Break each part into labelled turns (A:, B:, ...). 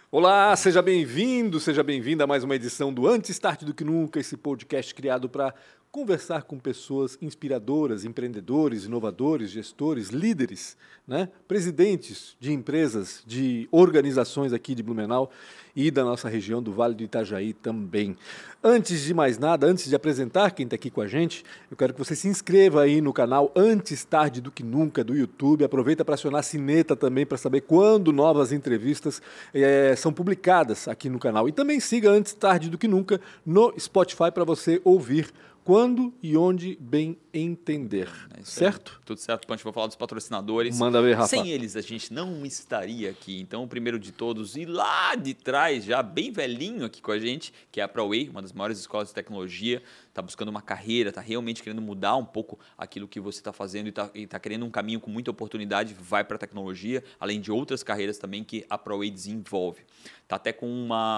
A: Olá, seja bem-vindo, seja bem-vinda a mais uma edição do Antes Tarde do Que Nunca, esse podcast criado para conversar com pessoas inspiradoras, empreendedores, inovadores, gestores, líderes, né? Presidentes de empresas, de organizações aqui de Blumenau e da nossa região do Vale do Itajaí também. Antes de mais nada, antes de apresentar quem está aqui com a gente, eu quero que você se inscreva aí no canal Antes Tarde do Que Nunca do YouTube. Aproveita para acionar a sineta também para saber quando novas entrevistas são publicadas aqui no canal. E também siga Antes Tarde do Que Nunca no Spotify para você ouvir quando e onde bem entender. Certo?
B: Tudo certo, Punch. Vou falar dos patrocinadores.
A: Manda ver, Rafa.
B: Sem eles, a gente não estaria aqui. Então, o primeiro de todos, e lá de trás, já bem velhinho aqui com a gente, que é a ProWay, uma das maiores escolas de tecnologia. Está buscando uma carreira, está realmente querendo mudar um pouco aquilo que você está fazendo e está querendo um caminho com muita oportunidade, vai para a tecnologia, além de outras carreiras também que a ProWay desenvolve. Está até com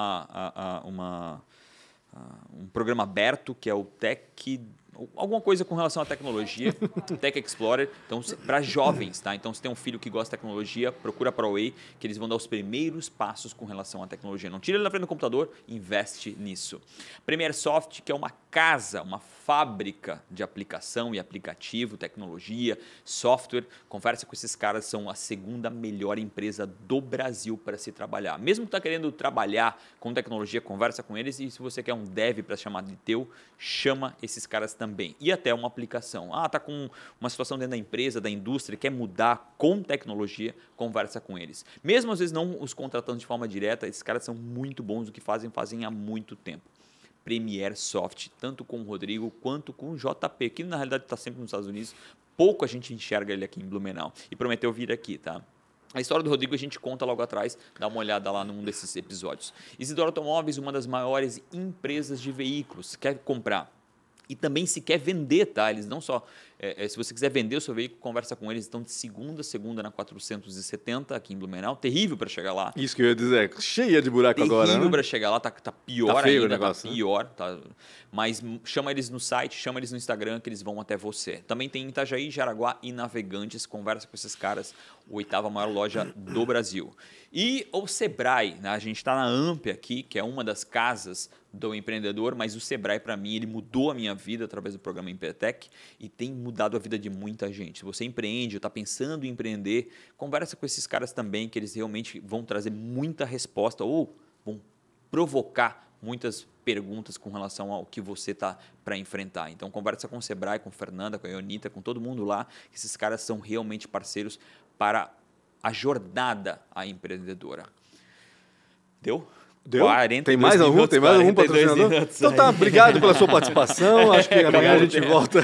B: um programa aberto, que é o Tech, alguma coisa com relação à tecnologia, Tech Explorer, então para jovens, tá? Então se tem um filho que gosta de tecnologia, procura a ProWay, que eles vão dar os primeiros passos com relação à tecnologia. Não tira ele na frente do computador, investe nisso. Premier Soft, que é uma casa, uma fábrica de aplicação e aplicativo, tecnologia, software. Conversa com esses caras, são a segunda melhor empresa do Brasil para se trabalhar. Mesmo que está querendo trabalhar com tecnologia, conversa com eles, e se você quer um dev para chamar de teu, chama esses caras também. E até uma aplicação. Está com uma situação dentro da empresa, da indústria, quer mudar com tecnologia, conversa com eles. Mesmo às vezes não os contratando de forma direta, esses caras são muito bons no que fazem há muito tempo. Premier Soft, tanto com o Rodrigo quanto com o JP, que na realidade está sempre nos Estados Unidos, pouco a gente enxerga ele aqui em Blumenau, e prometeu vir aqui, tá? A história do Rodrigo a gente conta logo atrás, dá uma olhada lá num desses episódios. Isidoro Automóveis, uma das maiores empresas de veículos, quer comprar e também se quer vender, tá? Eles não só... se você quiser vender o seu veículo, conversa com eles. Estão de segunda a segunda na 470 aqui em Blumenau. Terrível para chegar lá.
A: Isso que eu ia dizer, cheia de buraco
B: terrível
A: agora, né?
B: Terrível para chegar lá, tá pior
A: tá feio
B: ainda,
A: o negócio,
B: tá pior. Né? Tá... Mas chama eles no site, chama eles no Instagram que eles vão até você. Também tem Itajaí, Jaraguá e Navegantes. Conversa com esses caras, a 8ª maior loja do Brasil. E o Sebrae, né? A gente está na AMP aqui, que é uma das casas do empreendedor, mas o Sebrae, para mim, ele mudou a minha vida através do programa Empretec e tem mudado a vida de muita gente. Se você empreende ou está pensando em empreender, conversa com esses caras também, que eles realmente vão trazer muita resposta ou vão provocar muitas perguntas com relação ao que você está para enfrentar. Então, conversa com o Sebrae, com a Fernanda, com a Ionita, com todo mundo lá. Esses caras são realmente parceiros para a jornada à empreendedora. Deu?
A: Deu? Tem mais algum?
B: Minutos,
A: tem mais algum patrocinador? Então tá, obrigado pela sua participação. Acho que amanhã a gente volta.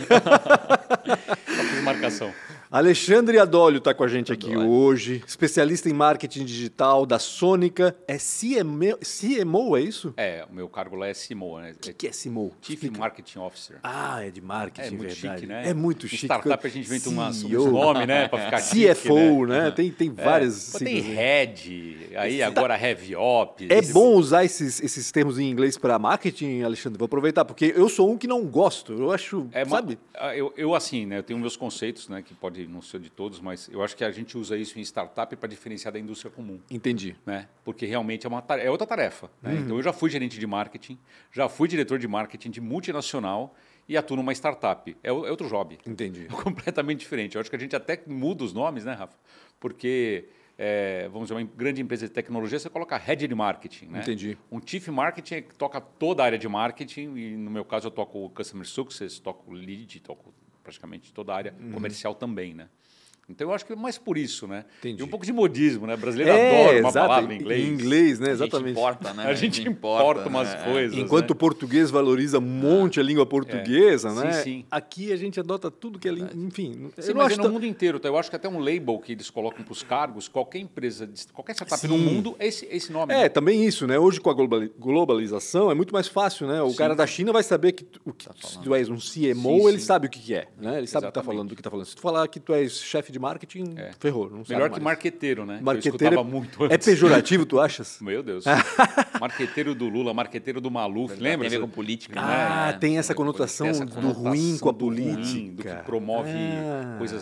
C: Só fiz marcação.
A: Alexandre Adolio está com a gente aqui hoje, especialista em marketing digital da Sônica. É CMO, é isso?
C: O meu cargo lá é CMO, né?
A: O que é CMO?
C: Chief Marketing Officer.
A: É de marketing,
C: é muito
A: verdade.
C: Chique, né?
A: É muito
C: em
A: chique.
C: Startup a gente inventa uns nomes, né? Para ficar
A: CFO,
C: chique,
A: né? Tem várias...
C: Tem Head, aí agora Heavy Ops.
A: É bom usar esses termos em inglês para marketing, Alexandre? Vou aproveitar, porque eu sou um que não gosto. Eu acho, sabe?
C: Eu assim, né? Eu tenho meus conceitos, né? Que pode não ser de todos, mas eu acho que a gente usa isso em startup para diferenciar da indústria comum.
A: Entendi.
C: Né? Porque realmente é outra tarefa. Né? Então, eu já fui gerente de marketing, já fui diretor de marketing de multinacional e atuo numa startup. É outro job.
A: Entendi.
C: É completamente diferente. Eu acho que a gente até muda os nomes, né, Rafa? Porque, vamos dizer, uma grande empresa de tecnologia, você coloca head de marketing. Né?
A: Entendi.
C: Um chief marketing é que toca toda a área de marketing e, no meu caso, eu toco customer success, toco lead, toco praticamente toda a área comercial também, né? Então, eu acho que é mais por isso, né?
A: Entendi.
C: E um pouco de modismo, né? Brasileiro adora uma palavra em inglês.
A: Em inglês, né?
B: A
A: Exatamente.
B: gente importa, né?
C: A gente importa umas coisas.
A: Enquanto o português valoriza um monte a língua portuguesa, né?
C: Sim.
A: Aqui a gente adota tudo que é língua. Enfim.
C: Sim, mas no mundo inteiro. Tá? Eu acho que até um label que eles colocam para os cargos, qualquer empresa, qualquer startup no mundo, é esse nome.
A: Né? Também isso, né? Hoje com a globalização é muito mais fácil, né? O cara da China vai saber que se tu és um CMO, ele sabe o que é, né? Ele sabe o que está falando, do que está falando. Se tu falar que tu és chefe de marketing, ferrou. Não
C: melhor
A: sabe
C: que
A: mais.
C: marqueteiro, né?
A: Marqueteiro
C: eu escutava muito antes.
A: É pejorativo, tu achas?
C: Meu Deus. Marqueteiro do Lula, marqueteiro do Maluf, lembra?
B: Tem a ver com política.
A: Tem essa conotação do ruim com a política.
C: Ruim, do que promove coisas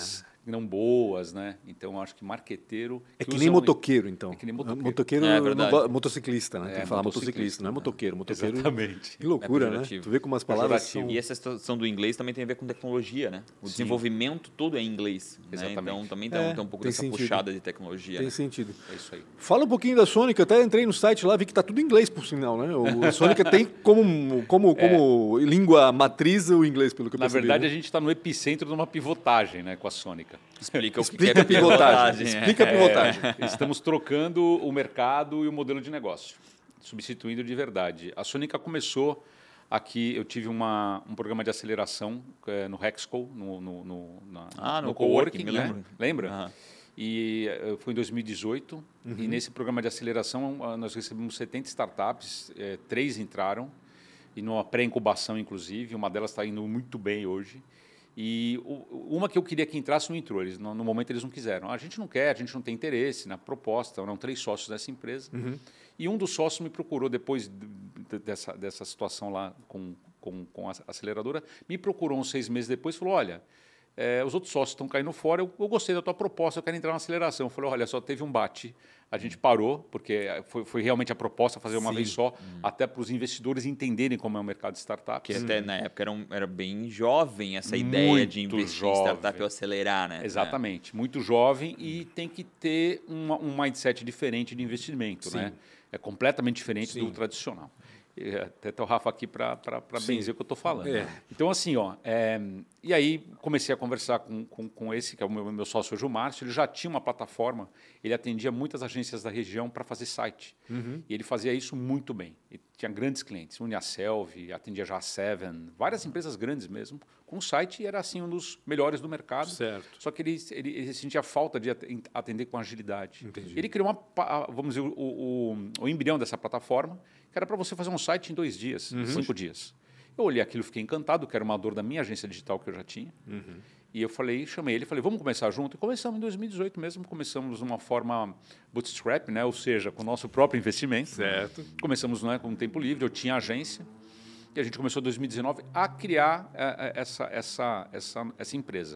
C: não boas, né? Então, acho que marqueteiro...
A: É que nem motoqueiro, então.
C: É que nem motoqueiro.
A: Motoqueiro motociclista, né? Tem que falar motociclista, não é motoqueiro. Motoqueiro.
C: Exatamente.
A: Que loucura, né? Tu vê como as palavras são...
B: E essa situação do inglês também tem a ver com tecnologia, né? O desenvolvimento todo é em inglês.
C: Exatamente.
B: Né? Então também tem um pouco dessa puxada de tecnologia.
A: Tem
B: né?
A: sentido.
C: É isso aí.
A: Fala um pouquinho da Sônica. Eu até entrei no site lá, vi que tá tudo em inglês, por sinal, né? A Sônica tem como língua matriz o inglês, pelo que eu percebi.
C: Na verdade, a gente está no epicentro de uma pivotagem, né, com a Sônica.
B: Explica
A: a pivotagem. Explica a pivotagem.
C: Estamos trocando o mercado e o modelo de negócio, substituindo de verdade. A Sônica começou aqui, eu tive um programa de aceleração no Hexco, no Coworking,
B: me lembro.
C: Né? Lembra? E foi em 2018, e nesse programa de aceleração nós recebemos 70 startups, 3 entraram, e numa pré-incubação, inclusive, uma delas está indo muito bem hoje. E uma que eu queria que entrasse não entrou, no momento eles não quiseram. A gente não quer, a gente não tem interesse na proposta, eram 3 sócios dessa empresa. E um dos sócios me procurou depois dessa situação lá com a aceleradora, me procurou uns 6 meses depois e falou, olha, os outros sócios estão caindo fora, eu gostei da tua proposta, eu quero entrar na aceleração. Eu falei, olha, só teve um bate. A gente parou, porque foi realmente a proposta fazer uma vez só, até para os investidores entenderem como é o mercado de startups.
B: Que até na época era bem jovem essa ideia de investir em startup ou acelerar, né?
C: Exatamente, muito jovem e tem que ter um mindset diferente de investimento, né? É completamente diferente do tradicional. Até tá o Rafa aqui para benzer o que eu estou falando. Então, assim, e aí comecei a conversar com esse, que é o meu sócio hoje, o Márcio. Ele já tinha uma plataforma, ele atendia muitas agências da região para fazer site. E ele fazia isso muito bem. E tinha grandes clientes, Uniaselv, atendia já a Seven, várias empresas grandes mesmo, com o site, e era assim um dos melhores do mercado.
A: Certo.
C: Só que ele sentia falta de atender com agilidade.
A: Entendi.
C: Ele criou vamos dizer, o embrião dessa plataforma, que era para você fazer um site em 2 dias, 5 dias. Eu olhei aquilo, fiquei encantado, que era uma dor da minha agência digital que eu já tinha. E eu chamei ele, falei, vamos começar junto? E começamos em 2018 mesmo, começamos de uma forma bootstrap, né? Ou seja, com o nosso próprio investimento.
A: Certo.
C: Começamos, né, com um tempo livre, eu tinha agência, e a gente começou em 2019 a criar essa empresa.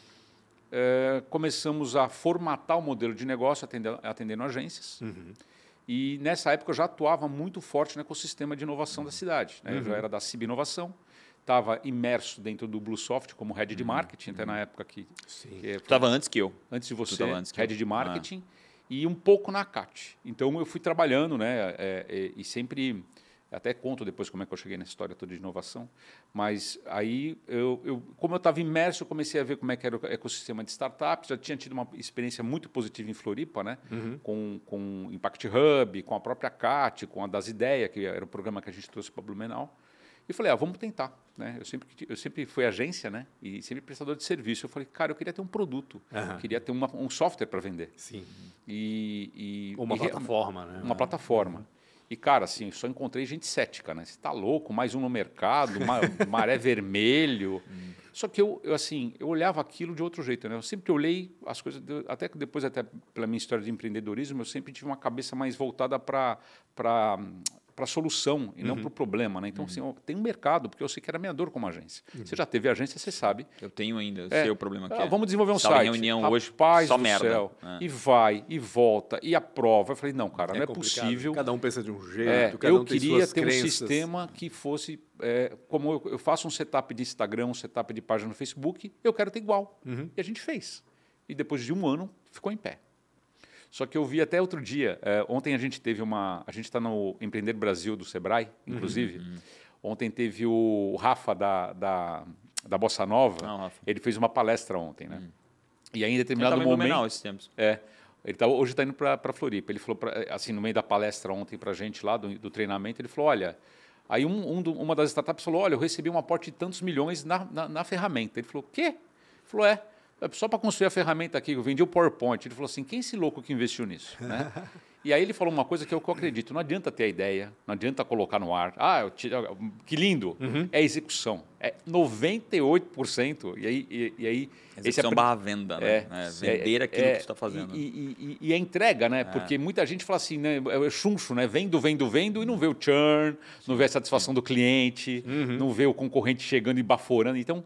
C: Começamos a formatar o modelo de negócio atendendo agências. E nessa época eu já atuava muito forte no ecossistema de inovação da cidade. Né? Eu já era da CIB Inovação, estava imerso dentro do Bluesoft como head de marketing, até na época que...
B: Estava antes que eu.
C: Antes de você, head de marketing, e um pouco na CAT. Então eu fui trabalhando, né? E sempre... Até conto depois como é que eu cheguei nessa história toda de inovação. Mas aí, como eu estava imerso, eu comecei a ver como é que era o ecossistema de startups. Já tinha tido uma experiência muito positiva em Floripa, né? Com o Impact Hub, com a própria CAT, com a Das Ideias, que era o programa que a gente trouxe para Blumenau. E falei, vamos tentar. Né? Eu sempre fui agência, né? E sempre prestador de serviço. Eu falei, cara, eu queria ter um produto. Queria ter um software para vender.
A: Sim.
C: Ou
A: uma plataforma, né?
C: Uma plataforma. E, cara, assim, só encontrei gente cética, né? Você está louco, mais um no mercado, maré vermelho. Só que eu olhava aquilo de outro jeito, né? Eu sempre olhei as coisas, até pela minha história de empreendedorismo, eu sempre tive uma cabeça mais voltada para a solução e não para o problema, né? Então, assim, tem um mercado, porque eu sei que era minha dor como agência. Você já teve agência, você sabe.
B: Eu tenho ainda, eu sei o problema que é.
C: Vamos desenvolver um
B: Estava
C: site.
B: Em reunião hoje,
C: só
B: merda.
C: Céu. E vai, e volta, e aprova. Eu falei, não, cara, não é
A: complicado.
C: possível.
A: Cada um pensa de um jeito, cada
C: eu
A: um tem
C: queria
A: suas
C: ter
A: crenças.
C: um sistema que fosse... como eu faço um setup de Instagram, um setup de página no Facebook, eu quero ter igual. E a gente fez. E depois de 1 ano, ficou em pé. Só que eu vi até outro dia, ontem a gente teve a gente está no Empreender Brasil do Sebrae, inclusive. Ontem teve o Rafa da Bossa Nova,
B: Rafa.
C: ele fez uma palestra ontem, né? E aí em determinado
B: ele
C: momento...
B: esses tempos.
C: Hoje está indo para Floripa. Ele falou, assim, no meio da palestra ontem para a gente lá, do treinamento, ele falou, olha... Aí uma das startups falou, olha, eu recebi um aporte de tantos milhões na ferramenta. Ele falou, o quê? Ele falou, só para construir a ferramenta aqui, eu vendi o PowerPoint. Ele falou assim, quem é esse louco que investiu nisso? Né? E aí ele falou uma coisa que eu acredito, não adianta ter a ideia, não adianta colocar no ar, que lindo, é execução, é 98%. E aí
B: execução barra venda, né? Vender aquilo que você está fazendo.
C: E a entrega, né? Porque muita gente fala assim, né? É chuncho, né? Vendo e não vê o churn, não vê a satisfação do cliente, não vê o concorrente chegando e baforando. Então,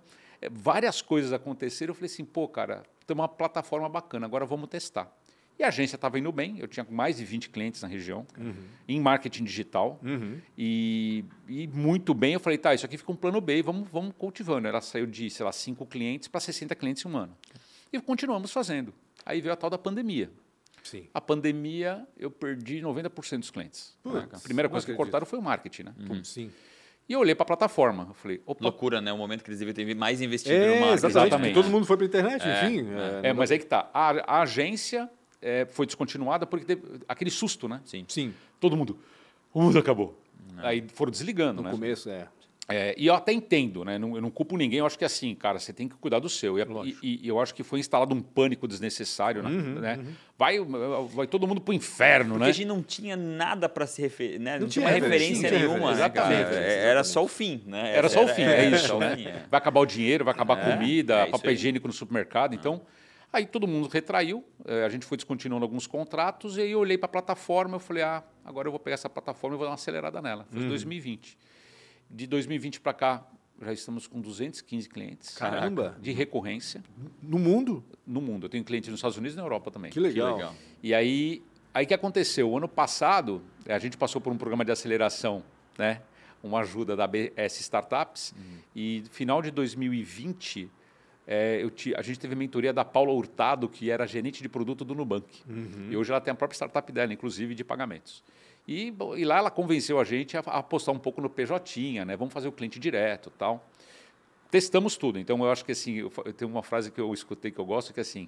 C: várias coisas aconteceram. Eu falei assim, pô, cara, tem uma plataforma bacana, agora vamos testar. E a agência estava indo bem, eu tinha mais de 20 clientes na região, em marketing digital, e muito bem. Eu falei, tá, isso aqui fica um plano B, vamos cultivando. Ela saiu de, sei lá, 5 clientes para 60 clientes em um ano. E continuamos fazendo. Aí veio a tal da pandemia.
A: Sim.
C: A pandemia, eu perdi 90% dos clientes. Né? A primeira coisa que cortaram foi o marketing. Né?
A: Sim.
C: E eu olhei para a plataforma. Eu falei, opa.
B: Loucura, né? O momento que eles deviam ter mais investido no marketing.
A: Exatamente. Todo mundo foi para a internet, enfim.
C: Mas aí que tá. A agência foi descontinuada porque teve aquele susto, né?
B: Sim.
C: Todo mundo, o mundo acabou. Aí foram desligando, né?
A: No começo,
C: e eu até entendo, né? Eu não culpo ninguém. Eu acho que assim, cara, você tem que cuidar do seu. E eu acho que foi instalado um pânico desnecessário, né? Vai todo mundo pro inferno,
B: porque
C: né?
B: Porque a gente não tinha nada para se referir, né? Não tinha uma
A: referência
B: nenhuma.
C: Exatamente.
B: Era só o fim, né?
C: Era só o fim, é isso,
B: só o
C: né?
B: fim,
C: Vai acabar o dinheiro, vai acabar a comida, papel
B: aí.
C: higiênico no supermercado. Então, aí todo mundo retraiu, a gente foi descontinuando alguns contratos, e aí eu olhei para a plataforma e falei, agora eu vou pegar essa plataforma e vou dar uma acelerada nela. Foi 2020. De 2020 para cá, já estamos com 215 clientes.
A: Caramba!
C: De recorrência.
A: No mundo?
C: No mundo. Eu tenho clientes nos Estados Unidos e na Europa também.
A: Que legal.
C: E aí o que aconteceu? O ano passado, a gente passou por um programa de aceleração, né? Uma ajuda da ABS Startups, e no final de 2020... a gente teve a mentoria da Paula Hurtado, que era gerente de produto do Nubank. E hoje ela tem a própria startup dela, inclusive de pagamentos. E lá ela convenceu a gente a apostar um pouco no PJ, né? Vamos fazer o cliente direto e tal. Testamos tudo. Então, eu acho que assim, eu tenho uma frase que eu escutei que eu gosto, que é assim,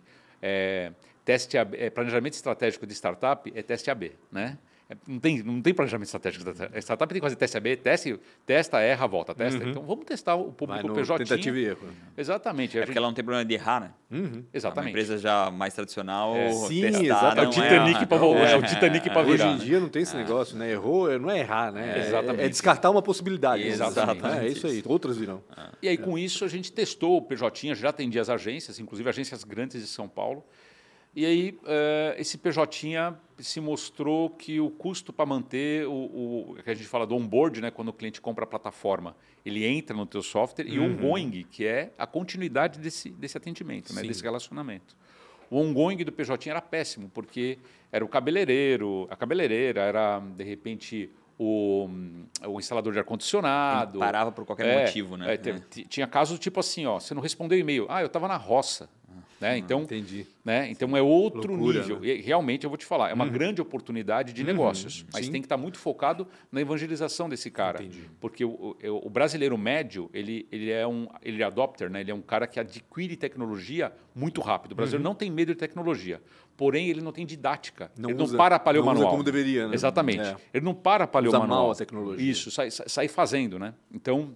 C: planejamento estratégico de startup é teste AB, né? Não tem planejamento estratégico. A startup tem que fazer teste AB, testa, erra, volta, testa. Então, vamos testar o público PJ.
A: Tentativa e erro.
C: Exatamente.
B: Porque ela não tem problema de errar, né?
C: Exatamente.
B: Uma empresa já mais tradicional,
A: sim,
B: testar,
A: exatamente.
C: É o Titanic para voar. É o Titanic para virar.
A: Hoje em dia não tem esse negócio, né? Errou, não é errar, né?
C: Exatamente.
A: É descartar uma possibilidade.
C: Exatamente.
A: É isso aí, outras virão.
C: E aí, com isso, a gente testou o PJ, já atendia as agências, inclusive agências grandes de São Paulo. E aí, esse PJ se mostrou que o custo para manter o que a gente fala do onboard, né, quando o cliente compra a plataforma, ele entra no teu software, e o ongoing, que é a continuidade desse atendimento, né, desse relacionamento. O ongoing do PJ era péssimo, porque era o cabeleireiro, a cabeleireira, era, de repente, o instalador de ar-condicionado.
B: Parava por qualquer motivo, né?
C: Tinha casos tipo assim, você não respondeu e-mail. Eu estava na roça. Né? Então,
A: entendi.
C: Né? Então é outro
A: Loucura,
C: nível.
A: Né?
C: E realmente eu vou te falar, é uma grande oportunidade de negócios, mas
A: Sim.
C: tem que estar muito focado na evangelização desse cara.
A: Entendi.
C: Porque o brasileiro médio, ele é adopter, né? Ele é um cara que adquire tecnologia muito rápido. O brasileiro não tem medo de tecnologia, porém ele não tem didática. Ele não para ler o manual.
A: Usa como deveria, né?
C: Exatamente. Ele não para ler o manual.
A: Usa mal a tecnologia.
C: Isso, sai fazendo, né? Então,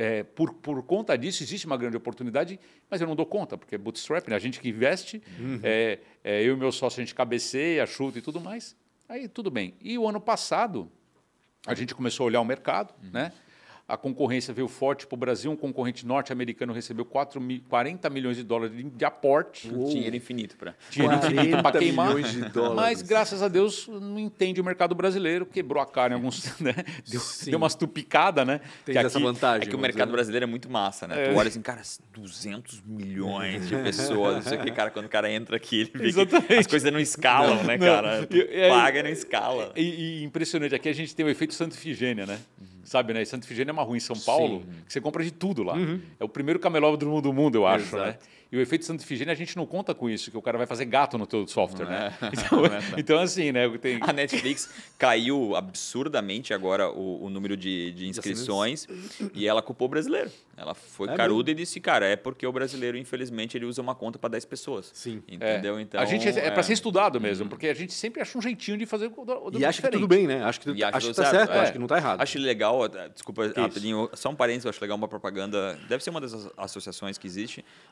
C: por conta disso, existe uma grande oportunidade, mas eu não dou conta, porque é bootstrap, né? A gente que investe, eu e meu sócio, a gente cabeceia, chuta e tudo mais, aí tudo bem. E o ano passado, a gente começou a olhar o mercado, né? A concorrência veio forte para o Brasil, um concorrente norte-americano recebeu 40 milhões de dólares de aporte.
B: Dinheiro infinito para
C: queimar.
A: Milhões de dólares.
C: Mas, graças a Deus, não entende o mercado brasileiro, quebrou a cara em alguns... Né? Deu umas tupicadas, né?
A: Tem essa vantagem.
B: É que o mercado brasileiro é muito massa, né? Tu olha assim, cara, 200 milhões de pessoas, não sei o que, cara, quando o cara entra aqui, ele vê que as coisas não escalam, né, cara? Paga e não escala.
C: E impressionante, aqui a gente tem o efeito Santa Ifigênia, né? Sabe, né? Santa Ifigênia é uma rua em São Paulo que você compra de tudo lá. É o primeiro camelódromo do mundo, eu acho, né? E o efeito Santa Ifigênia, a gente não conta com isso, que o cara vai fazer gato no teu software, né? Então, assim, né?
B: A Netflix caiu absurdamente agora o número de inscrições e ela culpou o brasileiro. Ela foi caruda e disse, cara, é porque o brasileiro, infelizmente, ele usa uma conta para 10 pessoas.
A: Sim.
B: Entendeu? Então,
C: a gente é para ser estudado mesmo, porque a gente sempre acha um jeitinho de fazer
A: e acha que tudo bem, né? Acho que tá certo, acho que não tá errado.
B: Acho legal, desculpa, rapidinho, só um parênteses, eu acho legal uma propaganda, deve ser uma das associações que existe,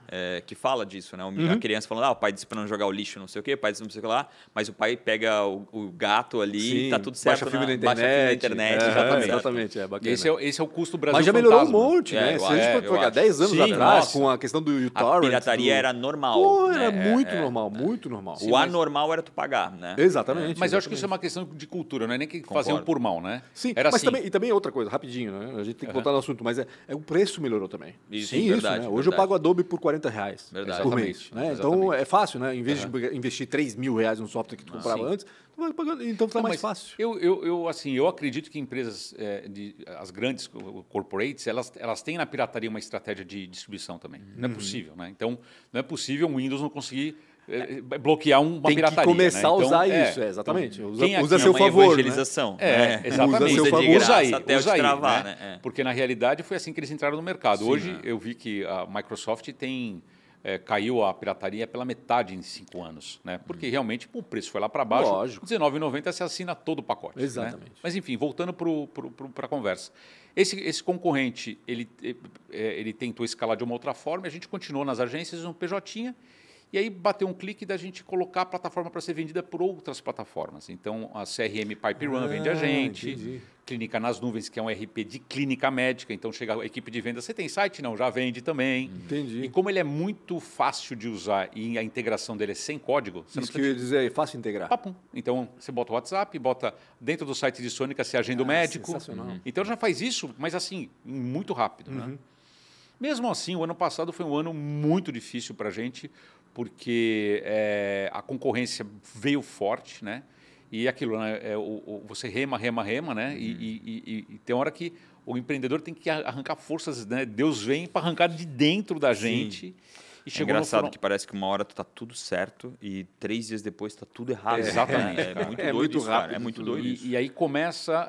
B: que fala disso, né? A criança falando, o pai disse para não jogar o lixo, não sei o quê, o pai disse não sei o que lá, mas o pai pega o gato ali e tá tudo certo.
A: Baixa filme na internet. Exatamente, bacana.
C: Esse é o custo Brasil.
A: Mas já melhorou um monte, né? Se a gente for pegar 10 anos atrás, com a questão do uTorrent...
B: A pirataria era normal.
A: Pô, era muito normal, muito normal.
B: O anormal era tu pagar, né?
A: Exatamente.
C: Mas eu acho que isso é uma questão de cultura, não é nem que faziam por mal, né?
A: Sim,
C: era
A: mas
C: assim.
A: também outra coisa, rapidinho, né? A gente tem que voltar no assunto, mas o preço melhorou também.
B: Isso,
A: Sim,
B: verdade,
A: né? Hoje eu pago Adobe por R$40 por mês. Né? Então é fácil, né? Em vez de investir R$3.000 no software que tu comprava antes, tu vai pagando, então tá mais fácil.
C: Eu acredito que empresas, as grandes corporates, elas têm na pirataria uma estratégia de distribuição também. Não é possível, né? Então, não é possível o Windows não conseguir bloquear uma pirataria.
A: Tem que começar a usar isso, exatamente. Usa a seu favor.
B: Evangelização.
C: Exatamente.
A: Usa a seu favor.
C: Usa aí,
B: até
C: usa aí,
B: travar,
C: né? Porque, na realidade, foi assim que eles entraram no mercado. Hoje, eu vi que a Microsoft caiu a pirataria pela metade em 5 anos, né? Porque realmente o preço foi lá para baixo.
A: Lógico.
C: R$19,90 você assina todo o pacote.
A: Exatamente.
C: Né? Mas enfim, voltando para a conversa. Esse concorrente, ele tentou escalar de uma outra forma, a gente continuou nas agências, no PJ, e aí bateu um clique da gente colocar a plataforma para ser vendida por outras plataformas. Então, a CRM PipeRun vende a gente,
A: entendi.
C: Clínica nas Nuvens, que é um RP de clínica médica, então chega a equipe de venda, você tem site? Não, já vende também.
A: Entendi.
C: E como ele é muito fácil de usar e a integração dele é sem código, você
A: Isso que eu ia dizer, é fácil integrar.
C: Papum. Então, você bota o WhatsApp, bota dentro do site de Sônica, você agenda o médico.
A: Sensacional.
C: Então, já faz isso, mas assim, muito rápido. Né? Mesmo assim, o ano passado foi um ano muito difícil para a gente, porque a concorrência veio forte, né? E aquilo, né? Você rema, né? E tem hora que o empreendedor tem que arrancar forças, né? Deus vem para arrancar de dentro da gente. E
B: chegou engraçado que parece que uma hora tá tudo certo e 3 dias depois tá tudo errado.
C: Exatamente.
B: É muito doido isso,
A: rápido,
B: cara. É muito doido isso.
C: E aí começa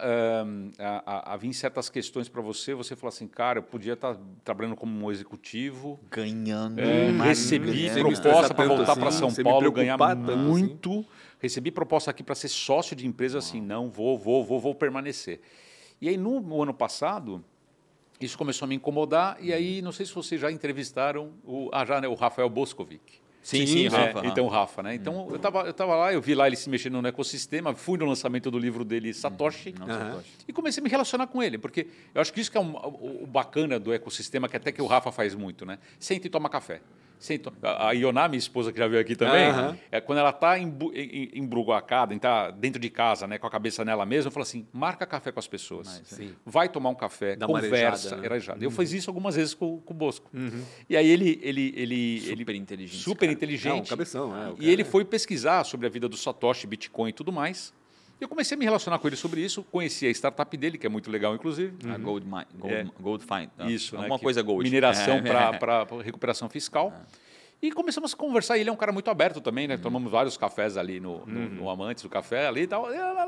C: a vir certas questões para você fala assim, cara, eu podia estar trabalhando como um executivo,
B: ganhando,
C: recebi proposta para voltar para São Paulo, ganhar muito, recebi proposta aqui para ser sócio de empresa, assim, não, vou permanecer. E aí no ano passado, isso começou a me incomodar, e aí, não sei se vocês já entrevistaram o Rafael Boscovic.
B: Sim, Rafa.
C: Então, o Rafa, né? Então, eu tava lá, eu vi lá ele se mexendo no ecossistema, fui no lançamento do livro dele, Satoshi, e comecei a me relacionar com ele, porque eu acho que isso que é o bacana do ecossistema, que até que o Rafa faz muito, né? Senta e toma café. A Ioná, minha esposa, que já veio aqui também, quando ela está embruguacada, está dentro de casa, né, com a cabeça nela mesma, eu falo assim, marca café com as pessoas. Vai tomar um café, conversa. Eu fiz isso algumas vezes com o Bosco. E aí ele super inteligente.
A: É um cabeção.
C: E ele foi pesquisar sobre a vida do Satoshi, Bitcoin e tudo mais. Eu comecei a me relacionar com ele sobre isso, conheci a startup dele, que é muito legal, inclusive.
B: A Gold Find.
C: Isso,
B: alguma coisa Gold.
C: Mineração para recuperação fiscal. E começamos a conversar. Ele é um cara muito aberto também, né? Tomamos vários cafés ali no Amantes do Café ali e tal.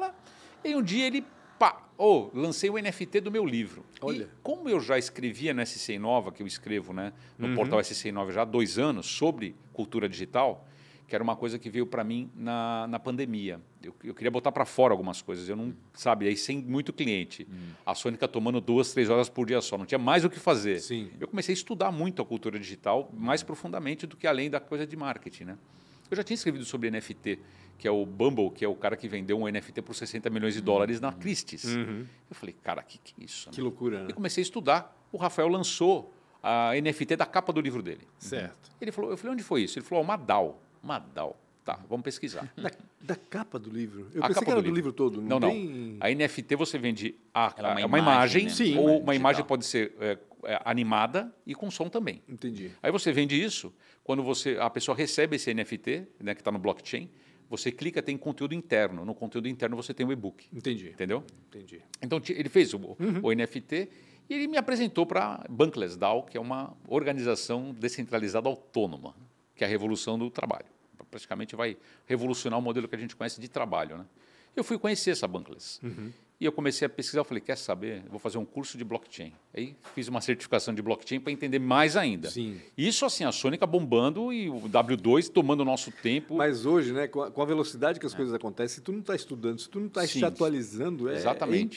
C: E um dia ele, lancei o NFT do meu livro.
A: Olha.
C: E como eu já escrevia no SC Inova, que eu escrevo, né, no portal SC Inova já há 2 anos, sobre cultura digital, que era uma coisa que veio para mim na pandemia. Eu queria botar para fora algumas coisas, eu não, sabe, aí sem muito cliente. A Sônica tomando 2, 3 horas por dia só, não tinha mais o que fazer.
A: Sim.
C: Eu comecei a estudar muito a cultura digital, mais profundamente do que além da coisa de marketing, né? Eu já tinha escrevido sobre NFT, que é o Bumble, que é o cara que vendeu um NFT por $60 milhões na Christie's. Eu falei, cara, que é isso?
A: Que loucura, né?
C: E comecei a estudar. O Rafael lançou a NFT da capa do livro dele.
A: Certo.
C: Eu falei, onde foi isso? Ele falou, uma DAO. Uma DAO. Tá, vamos pesquisar.
A: Da capa do livro? Eu
C: A
A: pensei
C: capa
A: que era
C: do
A: do livro todo.
C: Não.
A: Tem...
C: A NFT você vende
B: uma
C: imagem,
B: né?
A: Sim,
C: ou uma
B: digital.
C: imagem pode ser animada e com som também.
A: Entendi.
C: Aí você vende isso, quando a pessoa recebe esse NFT, né, que está no blockchain, você clica, tem conteúdo interno. No conteúdo interno você tem o e-book.
A: Entendi.
C: Entendeu?
A: Entendi.
C: Então ele fez o NFT e ele me apresentou para a Bankless DAO, que é uma organização descentralizada autônoma, que é a revolução do trabalho. Praticamente vai revolucionar o modelo que a gente conhece de trabalho, né? Eu fui conhecer essa Bankless. E eu comecei a pesquisar, eu falei, quer saber? Eu vou fazer um curso de blockchain. Aí fiz uma certificação de blockchain para entender mais ainda.
A: Sim.
C: Isso assim, a Sônica bombando e o W2 tomando o nosso tempo.
A: Mas hoje, né, com a velocidade que as coisas acontecem, se tu não está estudando, se tu não está se atualizando, é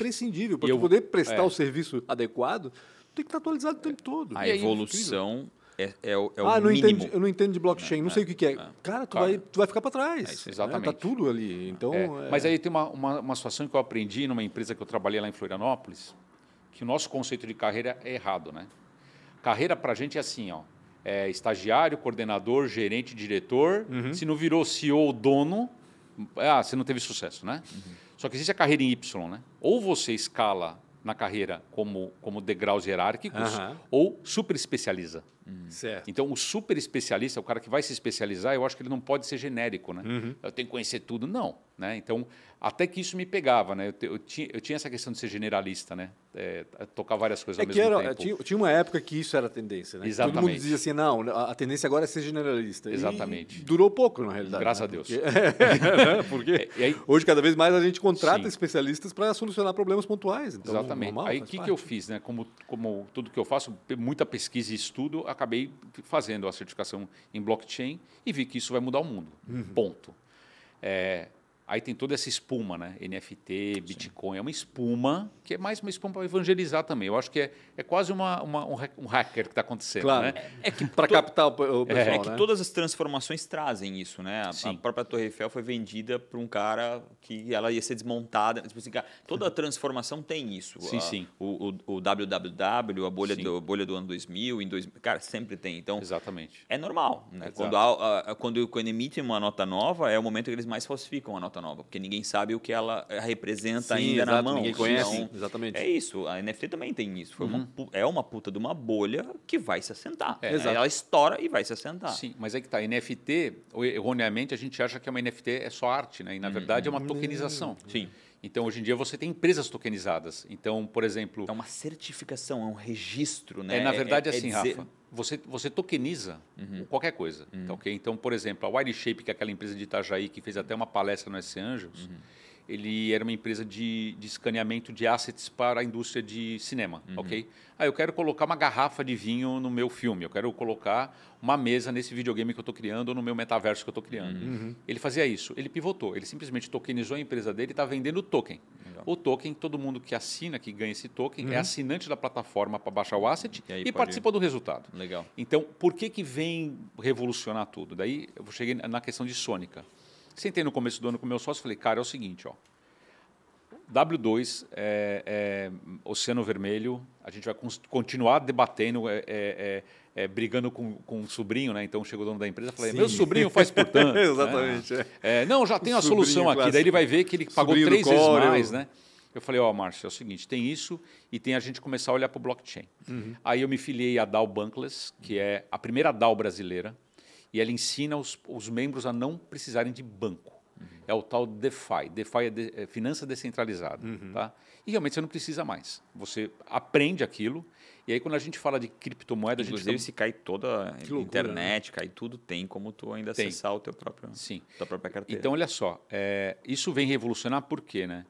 A: imprescindível. Para tu poder prestar o serviço adequado, tu tem que estar atualizado o tempo todo.
B: A evolução é o
A: não
B: mínimo.
A: eu não entendo de blockchain, não sei o que é. Cara, tu vai ficar para trás.
C: isso, exatamente.
A: Tá tudo ali. Então,
C: Mas aí tem uma situação que eu aprendi numa empresa que eu trabalhei lá em Florianópolis, que o nosso conceito de carreira é errado, né? Carreira para a gente é assim, ó, estagiário, coordenador, gerente, diretor. Se não virou CEO ou dono, você não teve sucesso, né? Só que existe a carreira em Y, né? Ou você escala na carreira como degraus hierárquicos, ou super especializa.
A: Certo.
C: Então, o super especialista, o cara que vai se especializar, eu acho que ele não pode ser genérico, né? Eu tenho que conhecer tudo. Não. Né? Então, até que isso me pegava, né? Eu tinha essa questão de ser generalista, né? Tocar várias coisas ao mesmo tempo.
A: Tinha uma época que isso era a tendência, né?
C: Exatamente.
A: Todo mundo dizia assim, não, a tendência agora é ser generalista.
C: Exatamente.
A: E durou pouco, na realidade.
C: Graças a Deus.
A: Porque hoje, cada vez mais, a gente contrata especialistas para solucionar problemas pontuais. Então,
C: exatamente.
A: Normal,
C: aí, o que eu fiz? Né? Como tudo que eu faço, muita pesquisa e estudo, acabei fazendo a certificação em blockchain e vi que isso vai mudar o mundo. Ponto. Aí tem toda essa espuma, né? NFT, Bitcoin, é uma espuma que é mais uma espuma para evangelizar também. Eu acho que é quase um hacker que está acontecendo.
A: Claro,
C: né?
A: que para captar o pessoal.
B: É que todas as transformações trazem isso, né? A própria Torre Eiffel foi vendida para um cara que ela ia ser desmontada. Tipo assim, cara, toda transformação tem isso.
C: Sim.
B: O www, a bolha do ano 2000, cara, sempre tem. Então,
C: exatamente.
B: É normal, né? Quando emitem uma nota nova, é o momento que eles mais falsificam a nota nova, porque ninguém sabe o que ela representa ainda na mão.
A: Ninguém conhece.
B: Então,
A: exatamente.
B: É isso, a NFT também tem isso. É uma puta de uma bolha que vai se assentar. Ela estoura e vai se assentar.
C: Sim, mas é que tá, NFT, erroneamente a gente acha que uma NFT é só arte, né? E na verdade é uma tokenização.
B: Sim.
C: Então, hoje em dia, você tem empresas tokenizadas. Então, por exemplo...
B: É uma certificação, é um registro, né?
C: Na verdade, assim, Rafa, você tokeniza qualquer coisa. Tá, okay? Então, por exemplo, a Wireshape, que é aquela empresa de Itajaí que fez até uma palestra no SC Anjos, ele era uma empresa de escaneamento de assets para a indústria de cinema. Ok? Eu quero colocar uma garrafa de vinho no meu filme, eu quero colocar uma mesa nesse videogame que eu estou criando ou no meu metaverso que eu estou criando. Ele fazia isso, ele pivotou, ele simplesmente tokenizou a empresa dele e está vendendo token. Legal. O token, todo mundo que assina, que ganha esse token, é assinante da plataforma para baixar o asset e participa do resultado.
B: Legal.
C: Então, por que vem revolucionar tudo? Daí eu cheguei na questão de Sônica. Sentei no começo do ano com o meu sócio e falei, cara, é o seguinte, ó. W2, Oceano Vermelho, a gente vai continuar debatendo, brigando com o sobrinho, né? Então chegou o dono da empresa e falei, meu sobrinho faz por tanto.
A: Exatamente.
C: Não, já tem a solução aqui. Daí ele vai ver que ele pagou 3 vezes mais, né? Eu falei, Márcio, é o seguinte, tem isso e tem a gente começar a olhar para o blockchain. Aí eu me filiei à DAO Bankless, que é a primeira DAO brasileira, e ela ensina os membros a não precisarem de banco. É o tal DeFi. DeFi é finança descentralizada. Tá? E realmente você não precisa mais. Você aprende aquilo. E aí, quando a gente fala de criptomoeda...
B: Inclusive, se cai toda a internet, cai tudo, tem como tu ainda acessar o teu próprio, tua própria carteira.
C: Então, olha só. Isso vem revolucionar por quê, né?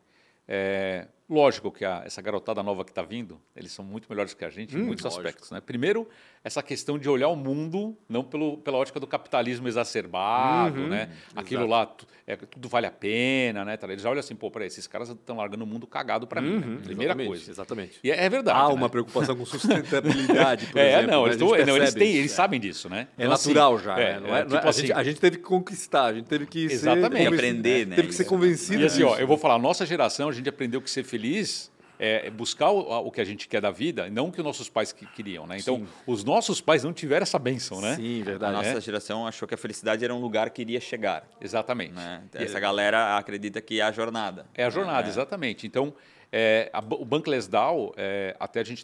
C: Lógico que essa garotada nova que está vindo, eles são muito melhores que a gente em muitos aspectos. Né? Primeiro, essa questão de olhar o mundo não pela ótica do capitalismo exacerbado, né? Aquilo lá, tudo vale a pena. Né? Eles já olham assim, peraí, esses caras estão largando o mundo cagado para mim. Né? Primeira coisa.
A: Exatamente.
C: E é verdade.
A: Há uma preocupação com sustentabilidade, por exemplo.
C: Eles sabem disso. Né?
A: É natural já. A gente teve que conquistar, a gente teve que
B: aprender. Né?
A: Teve que ser convencido.
C: E assim, eu vou falar, nossa geração, a gente aprendeu que ser feliz buscar o que a gente quer da vida, não o que os nossos pais queriam, né? Então, os nossos pais não tiveram essa bênção, né?
A: Sim, verdade.
B: A nossa geração achou que a felicidade era um lugar que iria chegar.
C: Exatamente.
B: Né? Essa galera acredita que é a jornada.
C: É a jornada, exatamente. Então, o Bankless DAO, até a gente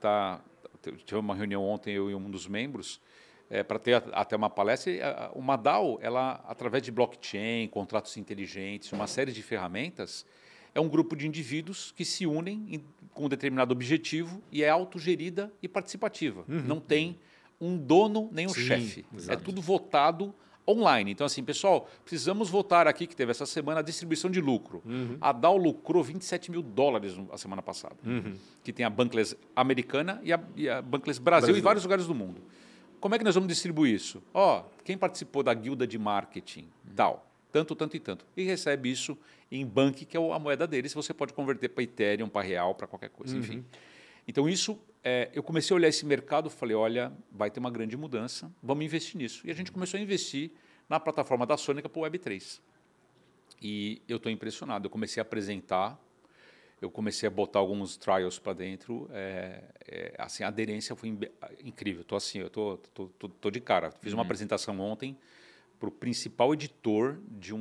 C: tive uma reunião ontem, eu e um dos membros, para ter até uma palestra. Uma DAO, ela, através de blockchain, contratos inteligentes, uma série de ferramentas, é um grupo de indivíduos que se unem com um determinado objetivo e é autogerida e participativa. Não tem um dono nem um chefe. É tudo votado online. Então, assim, pessoal, precisamos votar aqui, que teve essa semana, a distribuição de lucro. A DAO lucrou $27 mil a semana passada. Que tem a Bankless americana e a Bankless Brasil e vários lugares do mundo. Como é que nós vamos distribuir isso? Quem participou da guilda de marketing, tal, tanto e tanto, e recebe isso em Bank, que é a moeda deles, você pode converter para Ethereum, para Real, para qualquer coisa, enfim. Então, isso eu comecei a olhar esse mercado e falei, olha, vai ter uma grande mudança, vamos investir nisso. E a gente começou a investir na plataforma da Sônica para o Web3. E eu estou impressionado, eu comecei a apresentar, eu comecei a botar alguns trials para dentro, assim, a aderência foi incrível. Estou assim, eu tô de cara. Fiz uma apresentação ontem para o principal editor de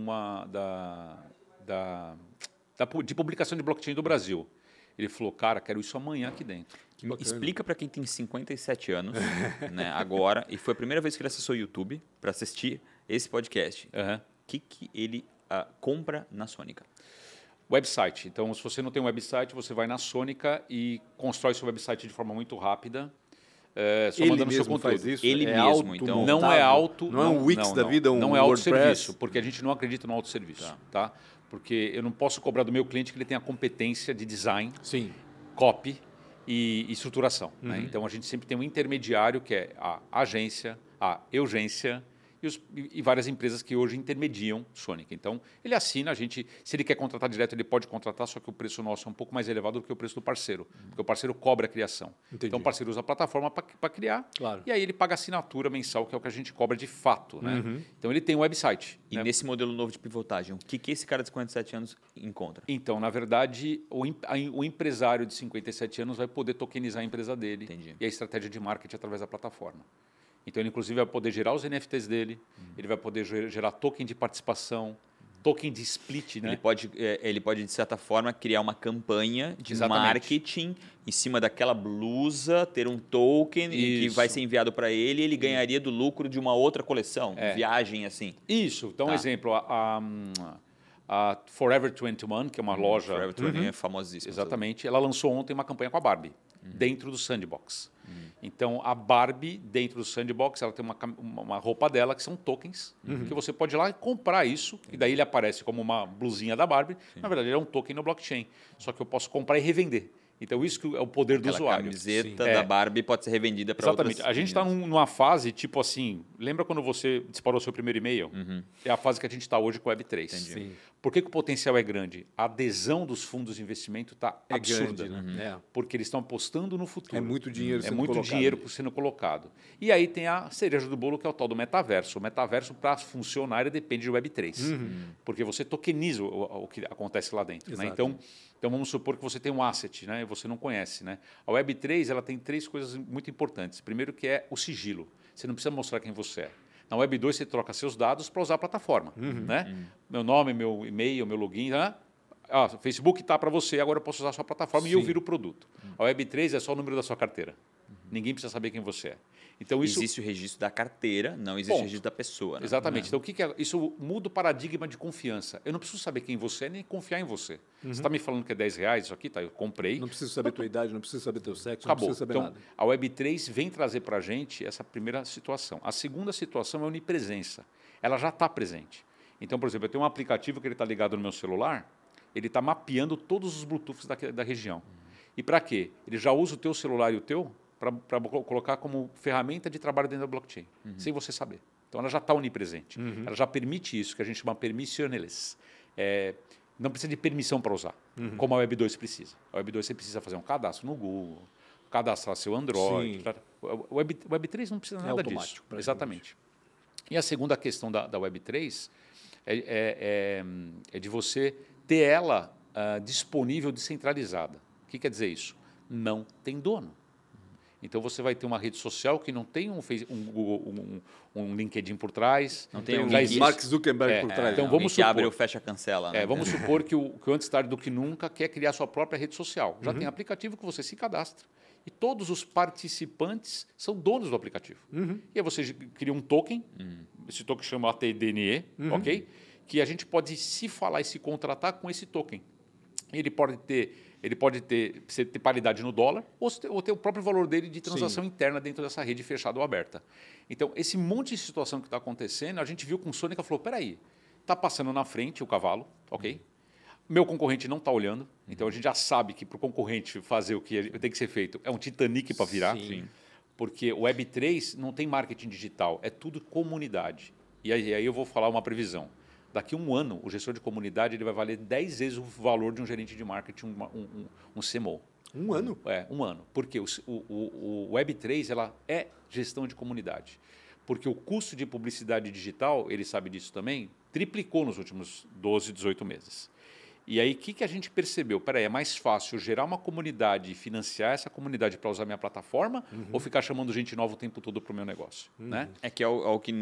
C: de publicação de blockchain do Brasil. Ele falou, cara, quero isso amanhã aqui dentro.
B: Explica para quem tem 57 anos, né, agora, e foi a primeira vez que ele acessou o YouTube para assistir esse podcast. O que ele compra na Sônica?
C: Website. Então, se você não tem um website, você vai na Sônica e constrói seu website de forma muito rápida. Só
A: Ele
C: mandando
A: mesmo
C: seu conteúdo.
A: faz isso?
B: Ele mesmo, então.
C: Não é auto.
A: Não é um Wix da vida,
C: não é autosserviço,
A: WordPress?
C: porque a gente não acredita no autosserviço. Tá? Porque eu não posso cobrar do meu cliente que ele tenha competência de design,
A: Sim.
C: copy e estruturação. Né? Então, a gente sempre tem um intermediário, que é a agência, a urgência e várias empresas que hoje intermediam Sônica. Então, ele assina, se ele quer contratar direto, ele pode contratar, só que o preço nosso é um pouco mais elevado do que o preço do parceiro, porque o parceiro cobra a criação.
A: Entendi.
C: Então, o parceiro usa a plataforma para criar,
A: Claro.
C: e aí ele paga a assinatura mensal, que é o que a gente cobra de fato. Né? Então, ele tem um website.
B: E nesse modelo novo de pivotagem, o que esse cara de 57 anos encontra?
C: Então, na verdade, o empresário de 57 anos vai poder tokenizar a empresa dele.
B: Entendi.
C: E a estratégia de marketing através da plataforma. Então, ele, inclusive, vai poder gerar os NFTs dele, ele vai poder gerar token de participação, token de split. Né?
B: Ele pode, de certa forma, criar uma campanha de marketing em cima daquela blusa, ter um token que vai ser enviado para ele e ele ganharia do lucro de uma outra coleção, viagem assim.
C: Isso. Então, um exemplo, a Forever 21, que é uma loja...
B: Forever 21 é famosíssima.
C: Exatamente. Ela lançou ontem uma campanha com a Barbie, dentro do Sandbox. Então, a Barbie, dentro do Sandbox, ela tem uma roupa dela, que são tokens, que você pode ir lá e comprar isso, e daí ele aparece como uma blusinha da Barbie. Na verdade, ele é um token no blockchain. Só que eu posso comprar e revender. Então, isso que é o poder do usuário.
B: A camiseta da Barbie pode ser revendida para outras...
C: Exatamente. A gente está numa fase, tipo assim... Lembra quando você disparou seu primeiro e-mail? É a fase que a gente está hoje com o Web3.
A: Sim.
C: Por que o potencial é grande? A adesão dos fundos de investimento está absurda.
A: Grande, né?
C: Porque eles estão apostando no futuro.
A: É muito dinheiro sendo
C: colocado. Dinheiro sendo colocado. E aí tem a cereja do bolo, que é o tal do metaverso. O metaverso, para funcionar, ele depende de Web3. Porque você tokeniza o que acontece lá dentro. Né? Então, vamos supor que você tem um asset, né? E você não conhece. Né? A Web3 ela tem 3 coisas muito importantes. Primeiro, que é o sigilo. Você não precisa mostrar quem você é. Na Web2 você troca seus dados para usar a plataforma. Né? Meu nome, meu e-mail, meu login. Né? O Facebook está para você, agora eu posso usar a sua plataforma e eu viro o produto. A Web3 é só o número da sua carteira. Ninguém precisa saber quem você é. Então,
B: existe o registro da carteira, não existe o registro da pessoa. Né?
C: Exatamente. Então, o que é? Isso muda o paradigma de confiança. Eu não preciso saber quem você é, nem confiar em você. Você está me falando que é R$10, isso aqui, tá? Eu comprei.
A: Não preciso saber tua idade, não preciso saber teu sexo,
C: Acabou.
A: Não preciso saber
C: então,
A: nada.
C: A Web3 vem trazer para a gente essa primeira situação. A segunda situação é a onipresença. Ela já está presente. Então, por exemplo, eu tenho um aplicativo que ele está ligado no meu celular, ele está mapeando todos os Bluetooths da região. E para quê? Ele já usa o teu celular e o teu para colocar como ferramenta de trabalho dentro da blockchain, sem você saber. Então, ela já está onipresente. Ela já permite isso, que a gente chama permissionless. Não precisa de permissão para usar, como a Web2 precisa. A Web2 você precisa fazer um cadastro no Google, cadastrar seu Android. O Web3 não precisa nada disso. Exatamente. E a segunda questão da Web3 é de você ter ela disponível, descentralizada. O que quer dizer isso? Não tem dono. Então, você vai ter uma rede social que não tem um LinkedIn por trás.
B: Não tem um
A: Mark Zuckerberg por trás.
C: Então, vamos supor,
B: que abre ou fecha, cancela. Né?
C: Vamos supor que o antes tarde do que nunca quer criar sua própria rede social. Já tem aplicativo que você se cadastra. E todos os participantes são donos do aplicativo. E aí você cria um token, esse token chama ATDNE, ok? Que a gente pode se falar e se contratar com esse token. Ele pode ter paridade no dólar ou ter o próprio valor dele de transação interna dentro dessa rede fechada ou aberta. Então, esse monte de situação que está acontecendo, a gente viu com o Sônica e falou, peraí, está passando na frente o cavalo, ok? Meu concorrente não está olhando, então a gente já sabe que para o concorrente fazer o que tem que ser feito é um Titanic para virar, porque o Web3 não tem marketing digital, é tudo comunidade. E aí eu vou falar uma previsão. Daqui a um ano, o gestor de comunidade ele vai valer 10 vezes o valor de um gerente de marketing, um CMO.
A: Um ano?
C: Um ano. Porque o Web3 ela é gestão de comunidade. Porque o custo de publicidade digital, ele sabe disso também, triplicou nos últimos 12, 18 meses. E aí, o que a gente percebeu? Peraí, é mais fácil gerar uma comunidade e financiar essa comunidade para usar minha plataforma ou ficar chamando gente nova o tempo todo para o meu negócio? Né?
B: É que é o que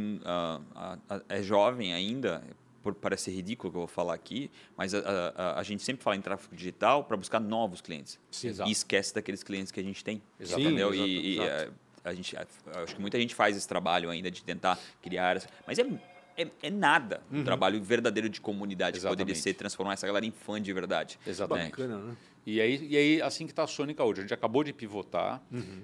B: é jovem ainda, por parecer ridículo que eu vou falar aqui, mas a gente sempre fala em tráfego digital para buscar novos clientes.
C: Sim,
B: e esquece daqueles clientes que a gente tem.
C: Exato.
B: Entendeu?
A: Sim,
B: E
A: exato.
B: acho que muita gente faz esse trabalho ainda de tentar criar... Mas é nada um trabalho verdadeiro de comunidade.
C: Exatamente.
B: Poderia ser transformar essa galera em fã de verdade.
C: Exatamente.
A: Bacana, né?
C: E aí, assim que está a Sônica hoje. A gente acabou de pivotar.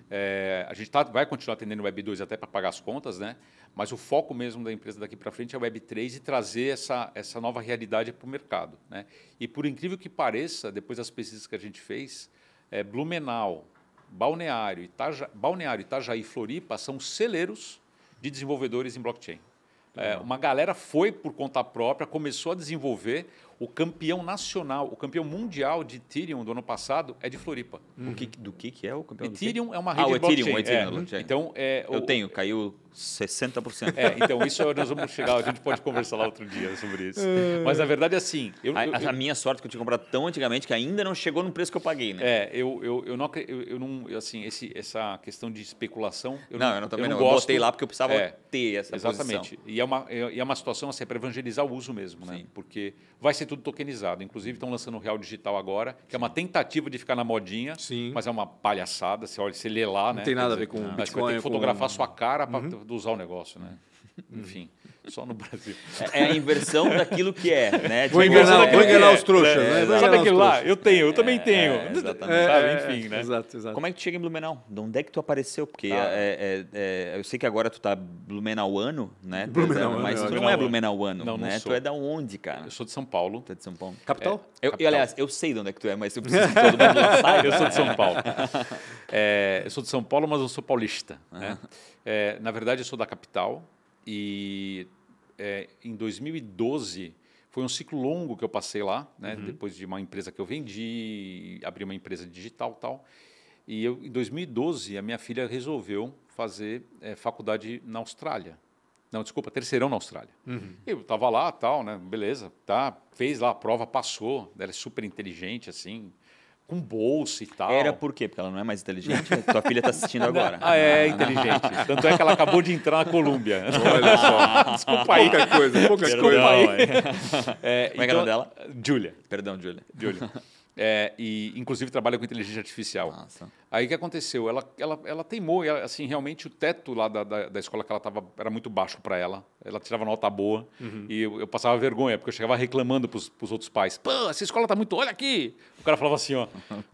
C: A gente vai continuar atendendo o Web 2 até para pagar as contas, né? Mas o foco mesmo da empresa daqui para frente é o Web 3 e trazer essa nova realidade para o mercado. Né? E por incrível que pareça, depois das pesquisas que a gente fez, Blumenau, Balneário, Itajaí e Floripa são celeiros de desenvolvedores em blockchain. Uma galera foi por conta própria, começou a desenvolver. O campeão nacional, o campeão mundial de Ethereum do ano passado é de Floripa.
B: Do que é o campeão do
C: Ethereum é uma rede de
B: o
C: blockchain.
B: Ethereum, blockchain.
C: Então,
B: eu tenho, caiu 60%.
C: Então, isso nós vamos chegar, a gente pode conversar lá outro dia sobre isso. Mas, na verdade, assim...
B: A minha sorte é que eu tinha comprado tão antigamente que ainda não chegou no preço que eu paguei, né?
C: Eu não... Assim, essa questão de especulação...
B: Eu também
C: não
B: não. Eu
C: gosto.
B: botei lá porque eu precisava ter essa
C: Exatamente.
B: posição.
C: E é uma situação assim, para evangelizar o uso mesmo, né? Porque vai ser tudo tokenizado. Inclusive, estão lançando o Real Digital agora, que é uma tentativa de ficar na modinha, mas é uma palhaçada. Você lê lá,
A: não
C: né?
A: tem nada a ver com Bitcoin.
C: Você vai ter que fotografar sua cara para usar o negócio, né? Enfim, só no Brasil.
B: É a inversão daquilo que é, né?
A: Vou enganar os trouxas, né?
C: Sabe aquilo lá? Eu também tenho.
B: Exatamente.
C: Enfim, né?
A: Exato.
B: Como é que tu chega em Blumenau? De onde é que tu apareceu? Porque eu sei que agora tu tá Blumenauano, né? Mas tu não é Blumenauano,
C: não
B: né?
C: sou.
B: Tu é da onde, cara?
C: Eu sou de São Paulo.
B: Tu é de São Paulo?
A: Capital?
B: E, aliás, eu sei de onde é que tu é, mas eu preciso que todo mundo lá saiba.
C: Eu sou de São Paulo. Eu sou de São Paulo, mas eu sou paulista. Né? Na verdade, eu sou da capital. E em 2012 foi um ciclo longo que eu passei lá, né? Depois de uma empresa que eu vendi, abri uma empresa digital e tal. E em 2012 a minha filha resolveu fazer faculdade na Austrália. Não, desculpa, terceirão na Austrália. Eu estava lá, tal, né? Beleza, tá? Fez lá a prova, passou. Ela é super inteligente, assim. Com bolsa e tal.
B: Era por quê? Porque ela não é mais inteligente? Tua filha está assistindo agora.
C: É inteligente. Tanto é que ela acabou de entrar na Colômbia.
A: Olha só.
C: Desculpa aí.
A: Pouca coisa.
B: Como é que é o nome dela?
C: Júlia.
B: Perdão, Júlia.
C: E inclusive trabalha com inteligência artificial.
B: Nossa.
C: Aí o que aconteceu? Ela teimou, assim, realmente o teto lá da escola que ela estava era muito baixo para ela. Ela tirava nota boa e eu passava vergonha, porque eu chegava reclamando para os outros pais. Pô, essa escola tá muito... Olha aqui! O cara falava assim, ó...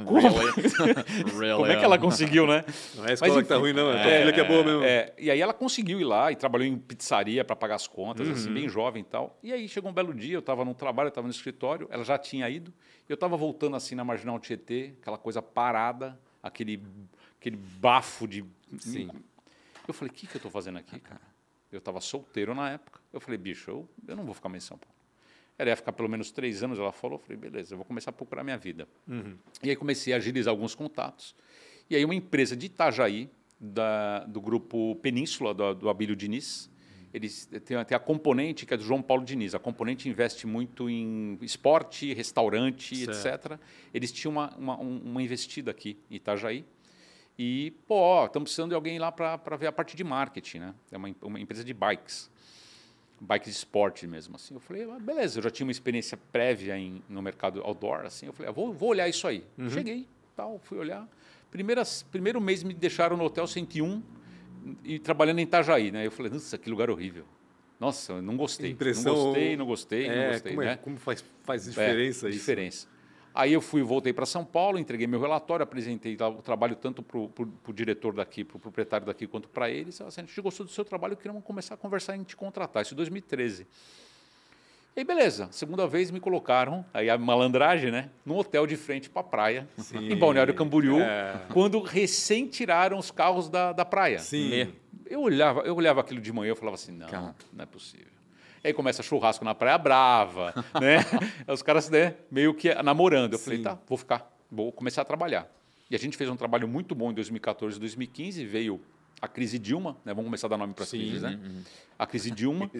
C: Como é que ela conseguiu, né?
A: Não é a escola que tá ruim, não. É a tua filha que é boa mesmo.
C: E aí ela conseguiu ir lá e trabalhou em pizzaria para pagar as contas, assim, bem jovem e tal. E aí chegou um belo dia, eu estava no trabalho, eu estava no escritório, ela já tinha ido. Eu estava voltando assim na Marginal Tietê, aquela coisa parada, aquele bafo de...
A: Sim.
C: Eu falei, o que eu estou fazendo aqui, cara? Eu estava solteiro na época. Eu falei, bicho, eu não vou ficar mais em São Paulo. Ela ia ficar pelo menos 3 anos, ela falou. Eu falei, beleza, eu vou começar a procurar minha vida. E aí comecei a agilizar alguns contatos. E aí uma empresa de Itajaí, do grupo Península, do Abílio Diniz, eles têm a componente, que é do João Paulo Diniz. A componente investe muito em esporte, restaurante, etc. Eles tinham uma investida aqui em Itajaí. E, estamos precisando de alguém lá para ver a parte de marketing, né? É uma empresa de bikes de esporte mesmo. Assim. Eu falei, beleza, eu já tinha uma experiência prévia no mercado outdoor. Assim. Eu falei, vou olhar isso aí. Cheguei, fui olhar. Primeiro mês me deixaram no Hotel 101 e trabalhando em Itajaí. Né? Eu falei, nossa, que lugar horrível. Nossa, eu não gostei. Não gostei. Né?
A: Como faz diferença isso?
C: Diferença. Aí eu voltei para São Paulo, entreguei meu relatório, apresentei o trabalho tanto para o diretor daqui, para o proprietário daqui, quanto para eles. Assim, a gente gostou do seu trabalho, queríamos começar a conversar em te contratar. Isso em 2013. E aí, beleza. Segunda vez me colocaram, aí a malandragem, né? Num hotel de frente para a praia, em Balneário Camboriú, quando recém tiraram os carros da praia.
A: Sim.
C: Eu olhava aquilo de manhã e falava assim, não é possível. Aí começa churrasco na Praia Brava, né? Os caras, né, meio que namorando. Eu falei, vou começar a trabalhar. E a gente fez um trabalho muito bom em 2014 e 2015, veio a crise Dilma, né? Vamos começar a dar nome para as crises, né? A crise Dilma.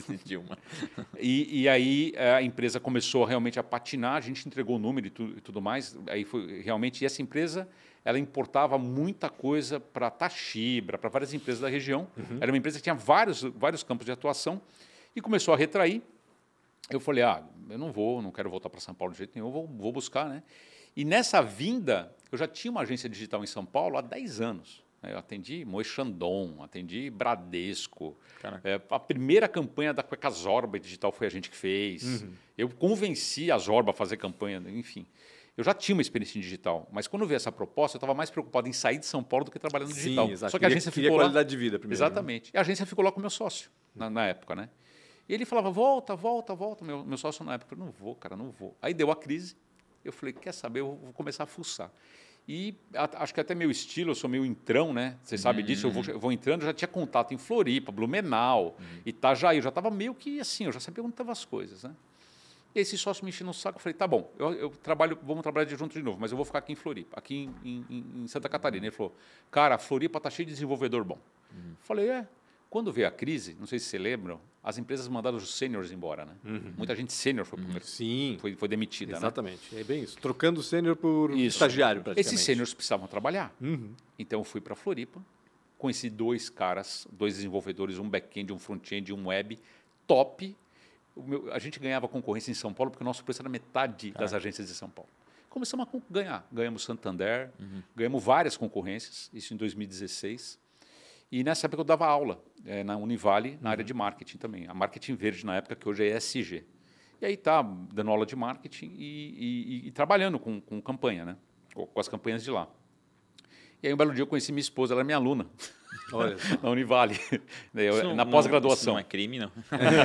C: E aí a empresa começou realmente a patinar, a gente entregou o número e tudo mais. Aí foi realmente, e essa empresa, ela importava muita coisa para Toshiba, para várias empresas da região. Era uma empresa que tinha vários campos de atuação e começou a retrair. Eu falei, eu não quero voltar para São Paulo de jeito nenhum, eu vou buscar, né? E nessa vinda, eu já tinha uma agência digital em São Paulo há 10 anos. Eu atendi Moe Chandon, atendi Bradesco. A primeira campanha da Cueca Zorba digital foi a gente que fez. Eu convenci a Zorba a fazer campanha, enfim. Eu já tinha uma experiência em digital, mas quando eu vi essa proposta, eu estava mais preocupado em sair de São Paulo do que trabalhar no digital.
A: Exato.
C: Só que a agência ficou lá.
A: Qualidade de vida primeiro.
C: Exatamente. E a agência ficou lá com o meu sócio na época, né? E ele falava, volta. Meu sócio na época, não vou, cara, não vou. Aí deu a crise, eu falei, quer saber, eu vou começar a fuçar. E acho que até meu estilo, eu sou meio entrão, né? Você sabe disso, eu vou entrando, eu já tinha contato em Floripa, Blumenau, Itajaí, eu já estava meio que assim, eu já sabia onde estavam as coisas, né? E esse sócio me encheu no saco, eu falei, tá bom, vamos trabalhar junto de novo, mas eu vou ficar aqui em Floripa, aqui em Santa Catarina. Ele falou, cara, Floripa está cheio de desenvolvedor bom. Falei, quando veio a crise, não sei se você lembra, as empresas mandaram os sêniores embora, né? Muita gente sênior foi foi demitida,
A: exatamente. Né? É bem isso. Trocando sênior por estagiário, praticamente.
C: Esses sêniores precisavam trabalhar. Então eu fui para Floripa, conheci 2 desenvolvedores, um back-end, um front-end, um web, top. A gente ganhava concorrência em São Paulo porque o nosso preço era metade das agências de São Paulo. Começamos a ganhar. Ganhamos Santander, ganhamos várias concorrências, isso em 2016. E nessa época eu dava aula na Univale, na área de marketing também. A Marketing Verde, na época, que hoje é ESG. E aí tá dando aula de marketing e trabalhando com campanha, né? Com as campanhas de lá. E aí um belo dia eu conheci minha esposa, ela é minha aluna.
A: Olha.
C: Na Univale, na pós-graduação.
B: Isso não é crime, não.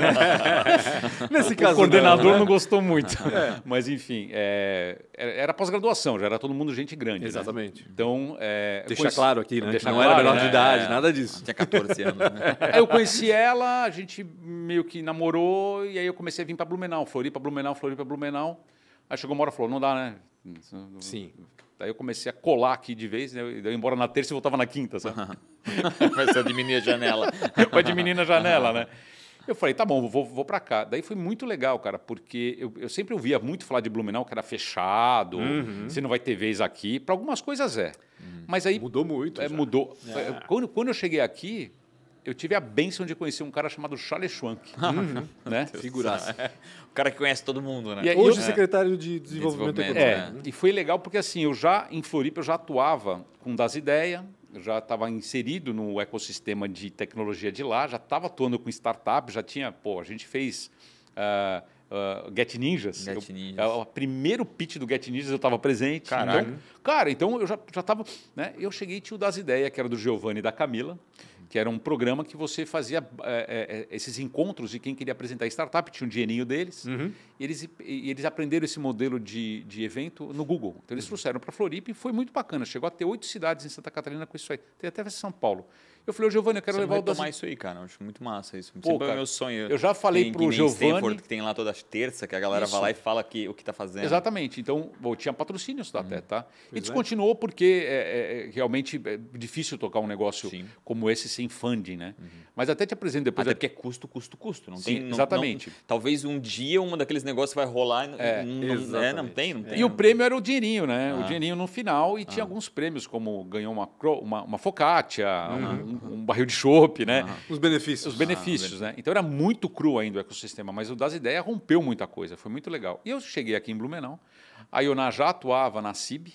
A: Nesse caso,
C: o coordenador não gostou muito. Mas, enfim, era pós-graduação, já era todo mundo gente grande.
A: Exatamente.
C: Né? Então,
A: deixar claro aqui, né?
C: Não
A: era menor de idade, nada disso.
B: Tinha 14 anos. Né?
C: Aí eu conheci ela, a gente meio que namorou, e aí eu comecei a vir para Blumenau, Floripa, Blumenau. Aí chegou uma hora e falou, não dá, né?
A: Sim.
C: Daí eu comecei a colar aqui de vez, né? Eu ia embora na terça e voltava na quinta, sabe?
B: Vai só diminuir a janela.
C: Vai diminuir na janela, né? Eu falei, tá bom, vou para cá. Daí foi muito legal, cara, porque eu sempre ouvia muito falar de Blumenau, que era fechado, você não vai ter vez aqui. Para algumas coisas Mas aí...
A: Mudou muito.
C: Mudou. Quando eu cheguei aqui, eu tive a bênção de conhecer um cara chamado Charles Schwank. Né?
A: Figuraça.
B: O cara que conhece todo mundo, né?
A: E hoje secretário de Desenvolvimento Econômico.
C: E foi legal porque assim, em Floripa eu já atuava com Das Ideias, eu já estava inserido no ecossistema de tecnologia de lá, já estava atuando com startup, já tinha, a gente fez Get Ninjas. O primeiro pitch do Get Ninjas eu estava presente. Então eu já estava... Né? Eu cheguei e tinha o Das Ideias, que era do Giovanni e da Camila, que era um programa que você fazia esses encontros de quem queria apresentar startup, tinha um dinheirinho deles, e eles aprenderam esse modelo de evento no Google. Então, eles trouxeram para Floripa e foi muito bacana. Chegou a ter 8 cidades em Santa Catarina com isso aí. Tem até São Paulo. Eu falei, Giovanni, eu quero levar o Das...
B: tomar isso aí, cara. Eu acho muito massa isso. Sempre é o meu sonho.
C: Eu já falei para o Giovanni...
B: Stanford, que tem lá toda terça, que a galera vai lá e fala o que está fazendo.
C: Exatamente. Então, tinha patrocínios até, tá? E descontinuou porque realmente é difícil tocar um negócio como esse sem funding, né? Mas até te apresento depois...
B: Até porque é custo. Não tem,
C: exatamente.
B: Talvez um dia um daqueles negócios vai rolar não tem.
C: E o prêmio era o dinheirinho, né? O dinheirinho no final e tinha alguns prêmios, como ganhou uma focaccia, um barril de chopp, né?
A: Os benefícios.
C: Né? Então era muito cru ainda o ecossistema, mas o Das Ideias rompeu muita coisa, foi muito legal. E eu cheguei aqui em Blumenau, a Ioná já atuava na CIB,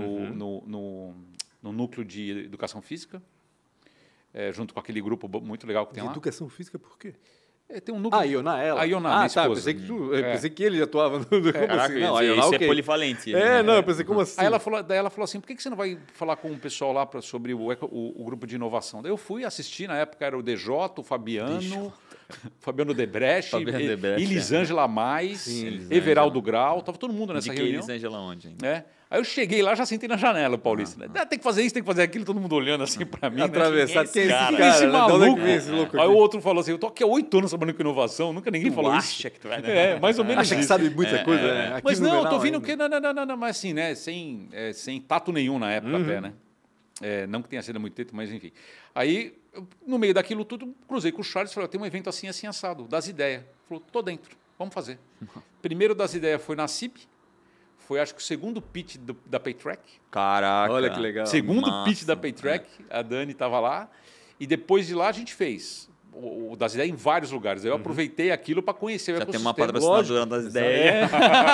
C: no núcleo de educação física, junto com aquele grupo muito legal que tem lá.
A: Educação física por quê?
C: Tem um núcleo...
A: A Ioná, ela?
C: A Ioná, minha esposa.
A: Pensei que ele atuava no... Como assim?
B: Não, a Ioná é polivalente.
A: Não, eu pensei, como assim?
C: Aí ela falou assim, por que você não vai falar com o pessoal lá sobre o grupo de inovação? Daí eu fui assistir, na época era o DJ, o Fabiano, Fabiano Debreche, Elisângela Mais,
B: Sim,
C: Everaldo Grau, tava todo mundo nessa reunião.
B: Elisângela onde?
C: Aí eu cheguei lá, já sentei na janela, o Paulista. Né? Tem que fazer isso, tem que fazer aquilo, todo mundo olhando assim para mim.
A: Atravessar,
C: quem é
A: esse
C: maluco?
A: Esse
C: Aí o outro falou assim, eu tô aqui há 8 anos trabalhando com inovação, nunca ninguém falou isso.
B: Acha que tu vai...
C: mais ou menos
A: Acha que sabe muita coisa, né?
C: Mas não, eu tô vindo que... Não, mas assim, né? Sem tato nenhum na época até, né? Não que tenha sido muito tempo, mas enfim. Aí, no meio daquilo tudo, cruzei com o Charles e falei, tem um evento assim assado, das ideias. Falou, tô dentro, vamos fazer. Primeiro das ideias foi na CIP, foi acho que o segundo pitch da Paytrack.
B: Caraca.
A: Olha que legal.
C: Segundo pitch da Paytrack, a Dani estava lá. E depois de lá a gente fez o das ideias em vários lugares. Eu aproveitei aquilo para conhecer o
B: Já tem
C: ecossistema.
B: uma patrocinadora das ideias.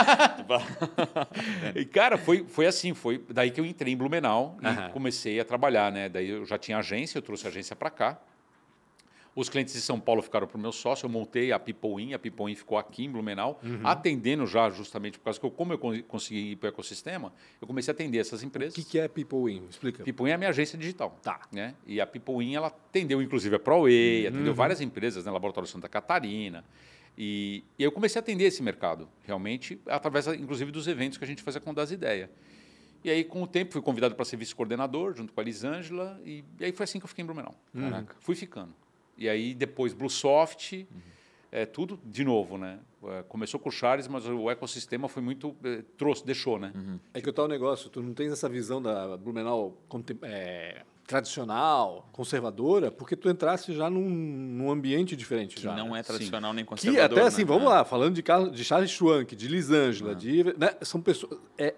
C: E, cara, foi assim, foi daí que eu entrei em Blumenau e comecei a trabalhar, né? Daí eu já tinha agência, eu trouxe a agência para cá. Os clientes de São Paulo ficaram para o meu sócio, eu montei a People In ficou aqui em Blumenau, atendendo já justamente por causa que como eu consegui ir para o ecossistema, eu comecei a atender essas empresas.
A: O que é People In? Explica.
C: People In é a minha agência digital.
A: Tá.
C: Né? E a People In, ela atendeu inclusive a ProWay, atendeu várias empresas, né? Laboratório Santa Catarina. E eu comecei a atender esse mercado, realmente, através, inclusive, dos eventos que a gente fazia com o Das Ideias. E aí, com o tempo, fui convidado para ser vice-coordenador, junto com a Elisângela, e aí foi assim que eu fiquei em Blumenau. Caraca. Fui ficando. E aí, depois, Bluesoft, tudo de novo, né? Começou com o Charles, mas o ecossistema foi muito... deixou, né?
A: É que o tal negócio, tu não tens essa visão da Blumenau tradicional, conservadora, porque tu entrasse já num ambiente diferente.
B: Que
A: já,
B: não
A: né?
B: é tradicional nem
A: Que
B: conservador.
A: até assim,
B: né?
A: vamos lá, falando de Charles Schwank, de Elisângela, né? São pessoas...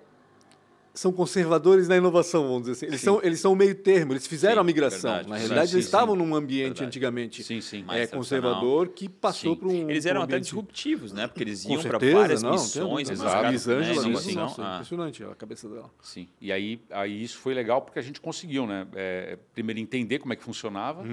A: são conservadores na inovação, vamos dizer assim. Eles são meio termo, eles fizeram a migração.
B: Verdade,
A: na realidade, eles estavam num ambiente antigamente
B: Mais
A: conservador que passou para um
B: Eles eram
A: um
B: até
A: ambiente...
B: disruptivos, né? Porque eles
A: Com
B: iam para
A: certeza,
B: várias
A: não,
B: missões.
A: tem
C: exato.
A: a
B: né?
A: Elisângela,
B: Inovação.
A: impressionante a cabeça dela.
C: Sim. E aí isso foi legal porque a gente conseguiu, né? Primeiro entender como é que funcionava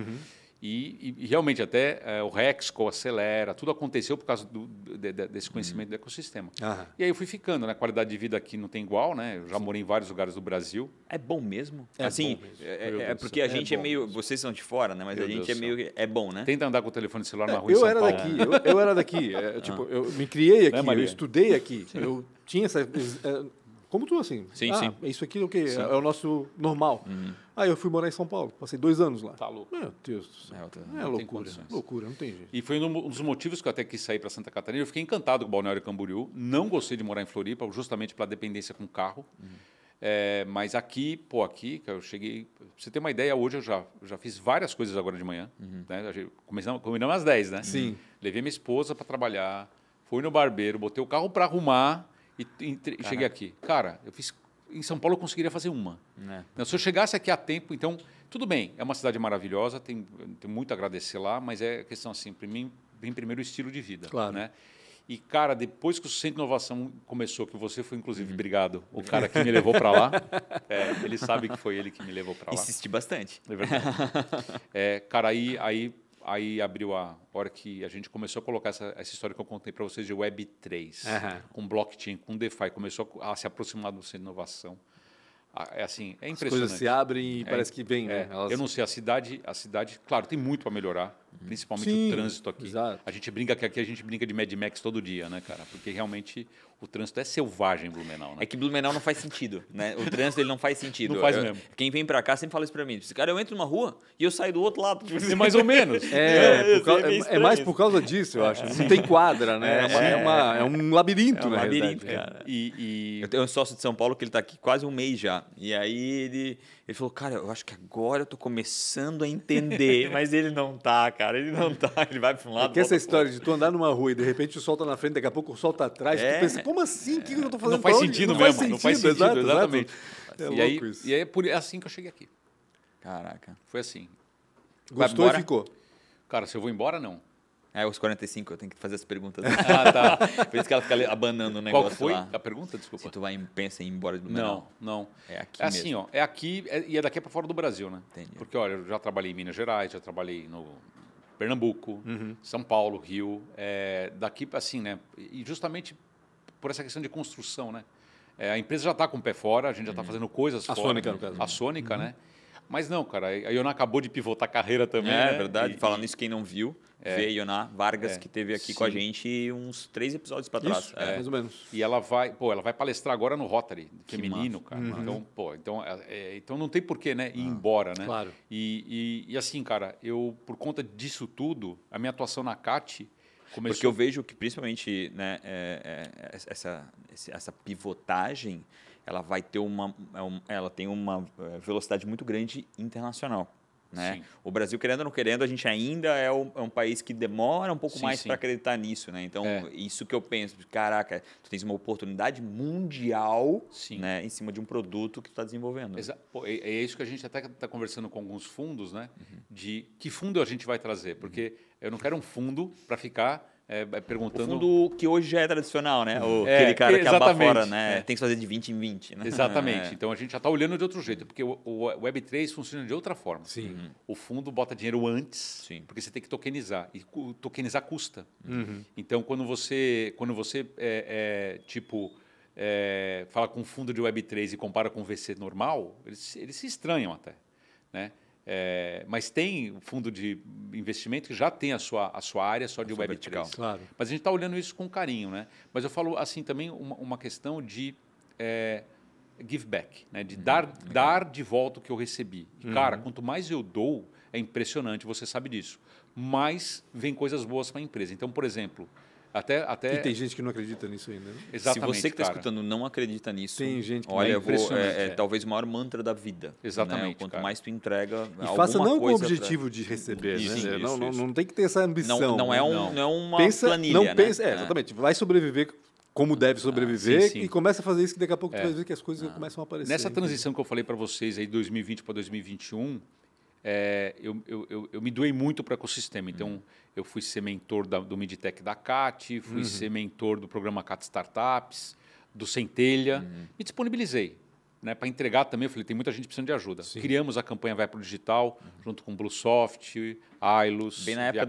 C: e realmente até o Rexco, Acelera, tudo aconteceu por causa desse conhecimento do ecossistema. E aí eu fui ficando, né? A qualidade de vida aqui não tem igual, né? Eu já morei em vários lugares do Brasil.
B: É bom mesmo?
A: É
B: assim,
A: bom mesmo.
B: é porque a gente é meio... Vocês são de fora, né? Mas a gente é meio... É bom, né?
C: Tenta andar com o telefone celular na rua em São Paulo.
A: Eu era daqui. Tipo, eu me criei aqui,
C: Maria?
A: eu estudei aqui. Eu tinha essa... como tu, assim.
B: Sim.
A: Isso aqui é o quê? É o nosso normal. Aí eu fui morar em São Paulo. Passei 2 anos lá.
C: Tá louco.
A: Meu Deus do céu. É
C: tem
A: loucura.
C: condições.
A: Loucura, não tem jeito.
C: E foi um dos motivos que eu até quis sair para Santa Catarina. Eu fiquei encantado com o Balneário Camboriú. Não gostei de morar em Floripa, justamente pela dependência com carro. Mas aqui, que eu cheguei... Pra você ter uma ideia, hoje eu já fiz várias coisas agora de manhã. Né? Combinamos às 10, né?
A: Sim.
C: Levei minha esposa para trabalhar, fui no barbeiro, botei o carro para arrumar e cheguei aqui. Cara, eu fiz... Em São Paulo eu conseguiria fazer uma. Então, se eu chegasse aqui a tempo, então, tudo bem, é uma cidade maravilhosa, tenho muito a agradecer lá, mas é questão assim, para mim, vem primeiro o estilo de vida.
A: Claro.
C: Né? E, cara, depois que o Centro de Inovação começou, que você foi, inclusive, obrigado, o cara que me levou para lá, ele sabe que foi ele que me levou para lá.
B: Insisti bastante.
C: É verdade. Cara, aí abriu a hora que a gente começou a colocar essa história que eu contei para vocês de Web3, com blockchain, com DeFi, começou a se aproximar do centro de inovação. É assim, é impressionante.
A: As coisas se abrem e parece que vem, né?
C: Eu não sei, a cidade, claro, tem muito para melhorar, principalmente o trânsito aqui.
A: Exato.
C: A gente brinca que aqui a gente brinca de Mad Max todo dia, né, cara? Porque realmente o trânsito é selvagem em Blumenau, né?
B: É que Blumenau não faz sentido, né? O trânsito ele não faz sentido.
C: Não faz mesmo.
B: Quem vem pra cá sempre fala isso pra mim. Cara, eu entro numa rua e eu saio do outro lado.
C: É mais ou menos.
A: É mais por causa disso, eu acho. Não tem quadra, né? É um labirinto,
B: É um
A: na
B: labirinto,
A: realidade.
B: cara. Eu tenho um sócio de São Paulo que ele tá aqui quase um mês já. E aí ele falou, cara, eu acho que agora eu tô começando a entender. Mas ele não tá, cara. Ele não tá. Ele vai pra um lado.
A: É que essa história de tu andar numa rua e de repente o sol tá na frente, daqui a pouco o sol tá atrás, tu pensa, como assim? O que eu tô fazendo?
C: Não faz sentido mesmo. Não faz sentido, exatamente.
A: E
C: aí é assim que eu cheguei aqui.
B: Caraca.
C: Foi assim.
A: Gostou e ficou.
C: Cara, se eu vou embora, não.
B: Os 45, eu tenho que fazer as perguntas.
C: Tá.
B: Por isso que ela fica abanando o negócio.
C: Qual foi
B: lá.
C: a pergunta? Desculpa.
B: Se tu pensa em ir embora de Blumenau.
C: Não.
B: É aqui
C: assim,
B: mesmo.
C: é aqui e é daqui para fora do Brasil, né?
B: Entendi.
C: Porque, olha, eu já trabalhei em Minas Gerais, já trabalhei no Pernambuco, São Paulo, Rio. Daqui, assim, né? E justamente por essa questão de construção, né? A empresa já está com o pé fora, a gente já está fazendo coisas fora.
A: Sônica, no caso.
C: A Sônica, né? Mas não, cara, a Ioná acabou de pivotar a carreira também.
B: É
C: né?
B: verdade. Falando nisso, quem não viu, vê a Ioná Vargas, que teve aqui com a
C: Sim.
B: gente uns 3 episódios para trás.
A: Isso, mais ou menos.
C: E ela vai palestrar agora no Rotary feminino,
B: massa.
C: cara. Então não tem porquê, né, ir embora, né?
A: Claro.
C: E assim, cara, eu por conta disso tudo, a minha atuação na CAT começou.
B: Porque eu vejo que principalmente, né, essa pivotagem, ela vai ter ela tem uma velocidade muito grande internacional. Né?
C: Sim.
B: O Brasil, querendo ou não querendo, a gente ainda é um país que demora um pouco mais para acreditar nisso. Né? Então, isso que eu penso, caraca, tu tens uma oportunidade mundial, né, em cima de um produto que tu está desenvolvendo.
C: É isso que a gente até está conversando com alguns fundos, né? De que fundo a gente vai trazer, porque eu não quero um fundo para ficar perguntando...
B: O fundo que hoje já é tradicional, né? Aquele cara que aba fora, né? Tem que fazer de 20 em 20. Né?
C: Exatamente. Então, a gente já está olhando de outro jeito, porque o Web3 funciona de outra forma.
A: Sim.
C: O fundo bota dinheiro antes, porque você tem que tokenizar. E tokenizar custa. Então, quando você fala com um fundo de Web3 e compara com um VC normal, eles se estranham até, né? Mas tem fundo de investimento que já tem a sua área só de Web3.
A: Claro.
C: Mas a gente está olhando isso com carinho, né? Mas eu falo assim também uma questão de give back, né? De dar de volta o que eu recebi. E, cara, quanto mais eu dou, é impressionante, você sabe disso. Mais vem coisas boas para a empresa. Então, por exemplo, até...
A: E tem gente que não acredita nisso ainda, né?
C: Exatamente,
B: se você que está escutando não acredita nisso,
A: tem gente que
B: olha,
C: impressionante,
B: talvez o maior mantra da vida.
C: Exatamente.
B: Né? Quanto mais tu entrega,
A: e faça não com o objetivo de receber,
B: isso,
A: né?
B: Isso,
A: não tem que ter essa ambição.
B: Não é uma planilha,
A: não
B: né?
A: pensa, exatamente. Vai sobreviver como deve sobreviver
C: sim.
A: e começa a fazer isso que daqui a pouco tu vai ver que as coisas começam a aparecer.
C: Nessa transição que eu falei para vocês aí, 2020 para 2021, eu me doei muito para o ecossistema. Então, eu fui ser mentor do Midtech da CAT, fui ser mentor do programa CAT Startups, do Centelha. Me disponibilizei, né, para entregar também. Eu falei, tem muita gente precisando de ajuda.
A: Sim.
C: Criamos a campanha Vai para o Digital, junto com Bluesoft, Ailus,
B: bem na época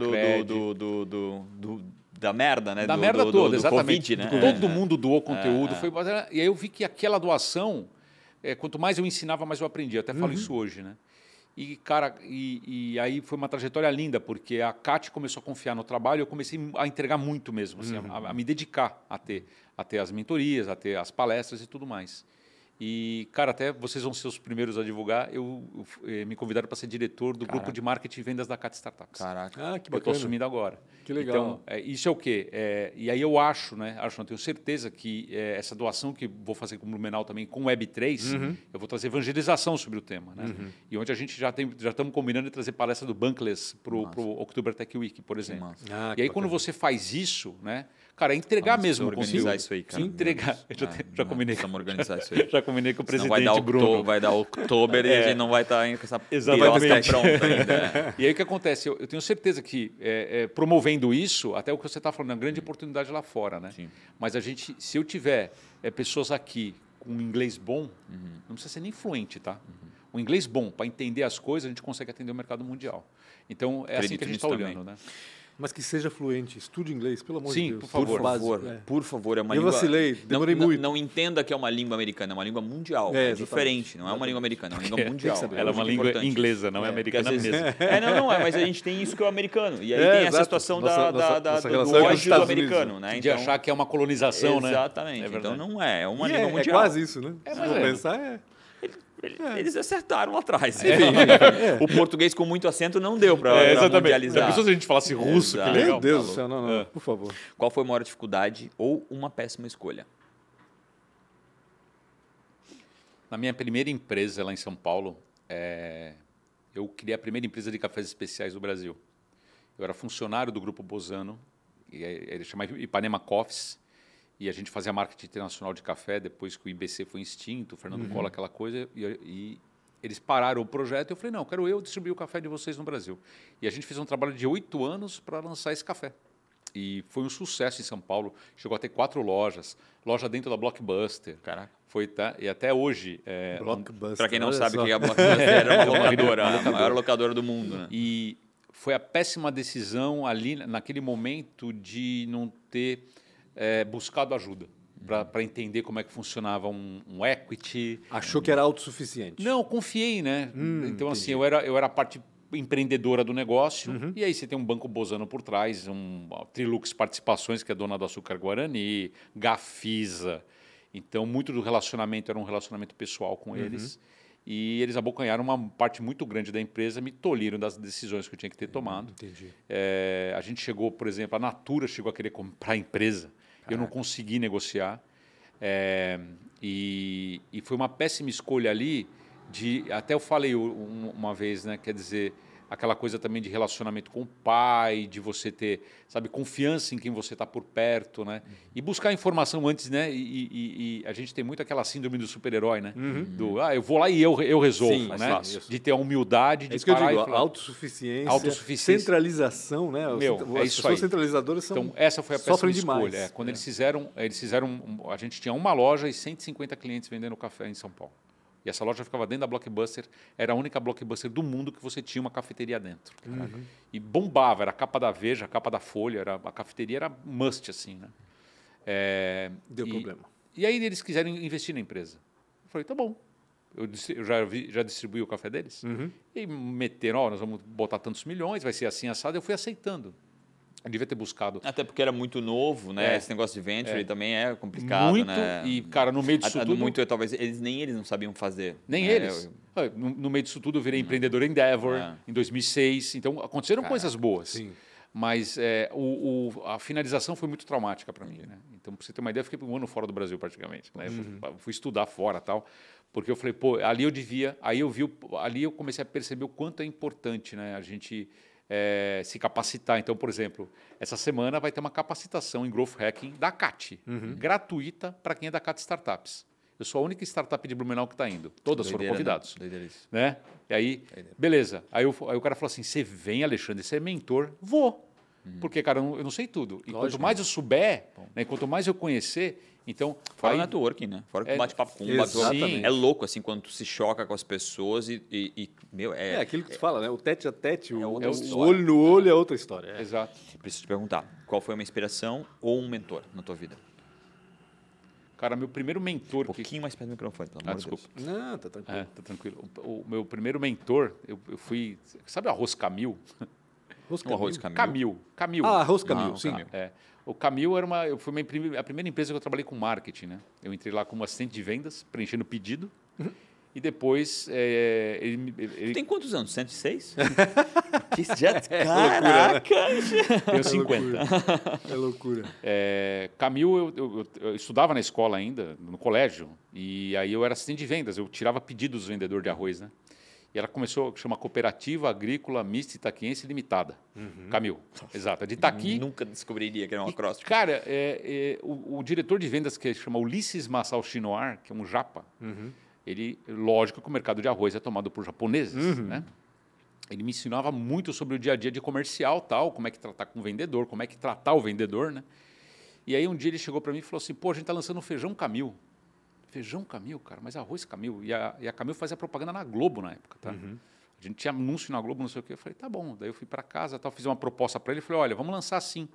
B: da merda, né?
C: Da merda toda,
B: do
C: exatamente.
B: COVID, né?
C: Todo mundo doou conteúdo. E aí eu vi que aquela doação, quanto mais eu ensinava, mais eu aprendi. Eu até falo isso hoje, né? E, cara, e aí foi uma trajetória linda, porque a CAT começou a confiar no trabalho e eu comecei a entregar muito mesmo, assim, a me dedicar a ter as mentorias, a ter as palestras e tudo mais. E, cara, até vocês vão ser os primeiros a divulgar, me convidaram para ser diretor do grupo de marketing e vendas da CAT Startups.
B: Caraca.
A: Que bacana.
C: Eu estou assumindo agora.
A: Que legal.
C: Então, isso é o quê? E aí eu acho, não tenho certeza que essa doação que vou fazer com o Blumenau também, com o Web3, eu vou trazer evangelização sobre o tema. Né? E onde a gente já estamos combinando de trazer palestra do Bankless para o October Tech Week, por exemplo. E aí, quando você faz isso, né, cara, entregar mesmo o conteúdo.
B: Organizar isso aí, cara.
C: Entregar. Já combinei.
B: Vamos organizar isso aí.
C: Já combinei com o presidente
B: Bruno. Vai dar October e a gente não vai estar com essa
C: Exatamente.
B: pronta ainda.
C: E aí o que acontece? Eu tenho certeza que promovendo isso, até o que você está falando, é uma grande oportunidade lá fora, né?
B: Sim.
C: Mas se eu tiver pessoas aqui com inglês bom, não precisa ser nem fluente, tá? Um inglês bom para entender as coisas, a gente consegue atender o mercado mundial. Então é assim que a gente está olhando, né?
A: Mas que seja fluente, estude inglês, pelo amor
C: Sim,
A: de Deus.
C: por favor.
B: Por favor, é uma
A: Eu
B: língua...
A: vacilei, demorei muito.
B: Não entenda que é uma língua americana, é uma língua mundial. É diferente, não é uma língua americana, é uma língua mundial.
C: Ela é uma língua inglesa, não é americana mesmo.
B: Mas a gente tem isso que é o americano. E aí tem essa situação do ódio do americano. Né?
C: De achar que é uma colonização, né?
B: Exatamente. Então não é uma língua mundial.
A: É quase isso, né? Se for pensar,
B: Eles acertaram lá atrás. O português com muito acento não deu para mundializar.
C: As pessoas a gente falasse russo, que legal.
A: Meu Deus do céu, não, por favor.
B: Qual foi a maior dificuldade ou uma péssima escolha?
C: Na minha primeira empresa lá em São Paulo, eu criei a primeira empresa de cafés especiais do Brasil. Eu era funcionário do Grupo Bozano, ele chamava Ipanema Coffees, e a gente fazia marketing internacional de café depois que o IBC foi extinto, o Fernando Collor, aquela coisa, e eles pararam o projeto e eu falei, não, quero eu distribuir o café de vocês no Brasil. E a gente fez um trabalho de 8 anos para lançar esse café. E foi um sucesso em São Paulo, chegou a ter 4 lojas, loja dentro da Blockbuster.
B: Caraca.
C: E até hoje...
A: Blockbuster.
B: Para quem não sabe o que é a Blockbuster, era uma locadora, a maior locadora do mundo. Né?
C: E foi a péssima decisão ali, naquele momento, de não ter... buscado ajuda. para entender como é que funcionava um equity.
A: Achou que era autossuficiente.
C: Não, confiei, né? Então, assim,
A: entendi.
C: eu era a parte empreendedora do negócio, e aí você tem um Banco Bozano por trás, a Trilux Participações, que é dona do Açúcar Guarani, Gafisa. Então, muito do relacionamento era um relacionamento pessoal com eles. E eles abocanharam uma parte muito grande da empresa, me tolhiram das decisões que eu tinha que ter tomado.
A: Entendi.
C: A gente chegou, por exemplo, a Natura chegou a querer comprar a empresa. Eu não consegui negociar. E foi uma péssima escolha ali. Até eu falei uma vez, né? Quer dizer, aquela coisa também de relacionamento com o pai, de você ter, sabe, confiança em quem você está por perto, né? E buscar informação antes, né? E a gente tem muito aquela síndrome do super-herói, né? Eu vou lá e eu resolvo,
A: Sim,
C: né?
A: fácil.
C: De ter a humildade, de
A: É isso que eu
C: parar
A: digo,
C: e falar,
A: autossuficiência, centralização, né?
C: É
A: As
C: isso
A: pessoas
C: aí.
A: centralizadoras são
C: Então, essa foi a péssima
A: sofrem
C: escolha.
A: demais.
C: Quando eles fizeram, a gente tinha uma loja e 150 clientes vendendo café em São Paulo. E essa loja ficava dentro da Blockbuster, era a única Blockbuster do mundo que você tinha uma cafeteria dentro. E bombava, era a capa da Veja, a capa da Folha, a cafeteria era must, assim, né?
A: Deu problema.
C: E aí eles quiseram investir na empresa. Eu falei, tá bom. Eu já distribuí o café deles. E meteram, nós vamos botar tantos milhões, vai ser assim, assado. Eu fui aceitando. Eu devia ter buscado.
B: Até porque era muito novo, né? Esse negócio de venture também é complicado,
C: muito,
B: né?
C: E, cara, no meio disso tudo...
B: Muito, talvez eles não sabiam fazer.
C: Nem
B: né?
C: eles. No meio disso tudo, eu virei empreendedor Endeavor em 2006. Então, aconteceram coisas boas.
A: Sim.
C: Mas a finalização foi muito traumática para mim. Né? Então, para você ter uma ideia, eu fiquei um ano fora do Brasil praticamente. Né? Fui estudar fora e tal. Porque eu falei, pô, ali eu devia... ali eu comecei a perceber o quanto é importante, né, a gente... se capacitar. Então, por exemplo, essa semana vai ter uma capacitação em Growth Hacking da CAT, gratuita para quem é da CAT Startups. Eu sou a única startup de Blumenau que está indo. Todas foram convidados. Né? E aí, beleza. Aí o cara falou assim, você vem, Alexandre, você é mentor? Vou. Porque, cara, eu não sei tudo. E quanto mais eu souber, né, quanto mais eu conhecer... Então,
B: fora o networking, né? Fora que tu bate papo com um,
A: exatamente.
B: é louco assim quando tu se choca com as pessoas meu,
A: É aquilo que tu fala, né? O tete a tete, o
B: história.
A: olho no olho é outra história.
C: Exato.
B: Eu preciso te perguntar, qual foi uma inspiração ou um mentor na tua vida?
C: Cara, meu primeiro mentor...
B: Um pouquinho mais perto do microfone, pelo amor de Deus.
C: Desculpa.
A: Não, tá tranquilo.
C: Tá tranquilo. O meu primeiro mentor, eu fui... Sabe o Arroz Camil?
B: Arroz Camil?
C: Camil.
A: Ah, Arroz Camil, sim.
B: Camil.
C: O Camil foi a primeira empresa que eu trabalhei com marketing, né? Eu entrei lá como assistente de vendas, preenchendo pedido. E depois ele...
B: Tem quantos anos? 106? Caraca!
C: Tenho 50.
A: É loucura.
C: Camil, eu estudava na escola ainda, no colégio. E aí eu era assistente de vendas. Eu tirava pedidos dos vendedores de arroz, né? E ela começou, chama Cooperativa Agrícola Mista Itaquiense Limitada. Camil, exato. De Itaqui.
B: Nunca descobriria que era um acróstico.
C: Cara, o diretor de vendas, que chama Ulisses Massal Chinoar, que é um japa, ele, lógico que o mercado de arroz é tomado por japoneses, né? Ele me ensinava muito sobre o dia a dia de comercial, tal, como é que tratar com o vendedor, como é que tratar o vendedor, né? E aí um dia ele chegou para mim e falou assim, pô, a gente está lançando feijão Camil. Feijão Camil, cara, mas arroz Camil. E a Camil fazia propaganda na Globo na época, tá? A gente tinha anúncio na Globo, não sei o quê. Eu falei, tá bom. Daí eu fui para casa, tal, fiz uma proposta para ele. Falei, olha, vamos lançar assim.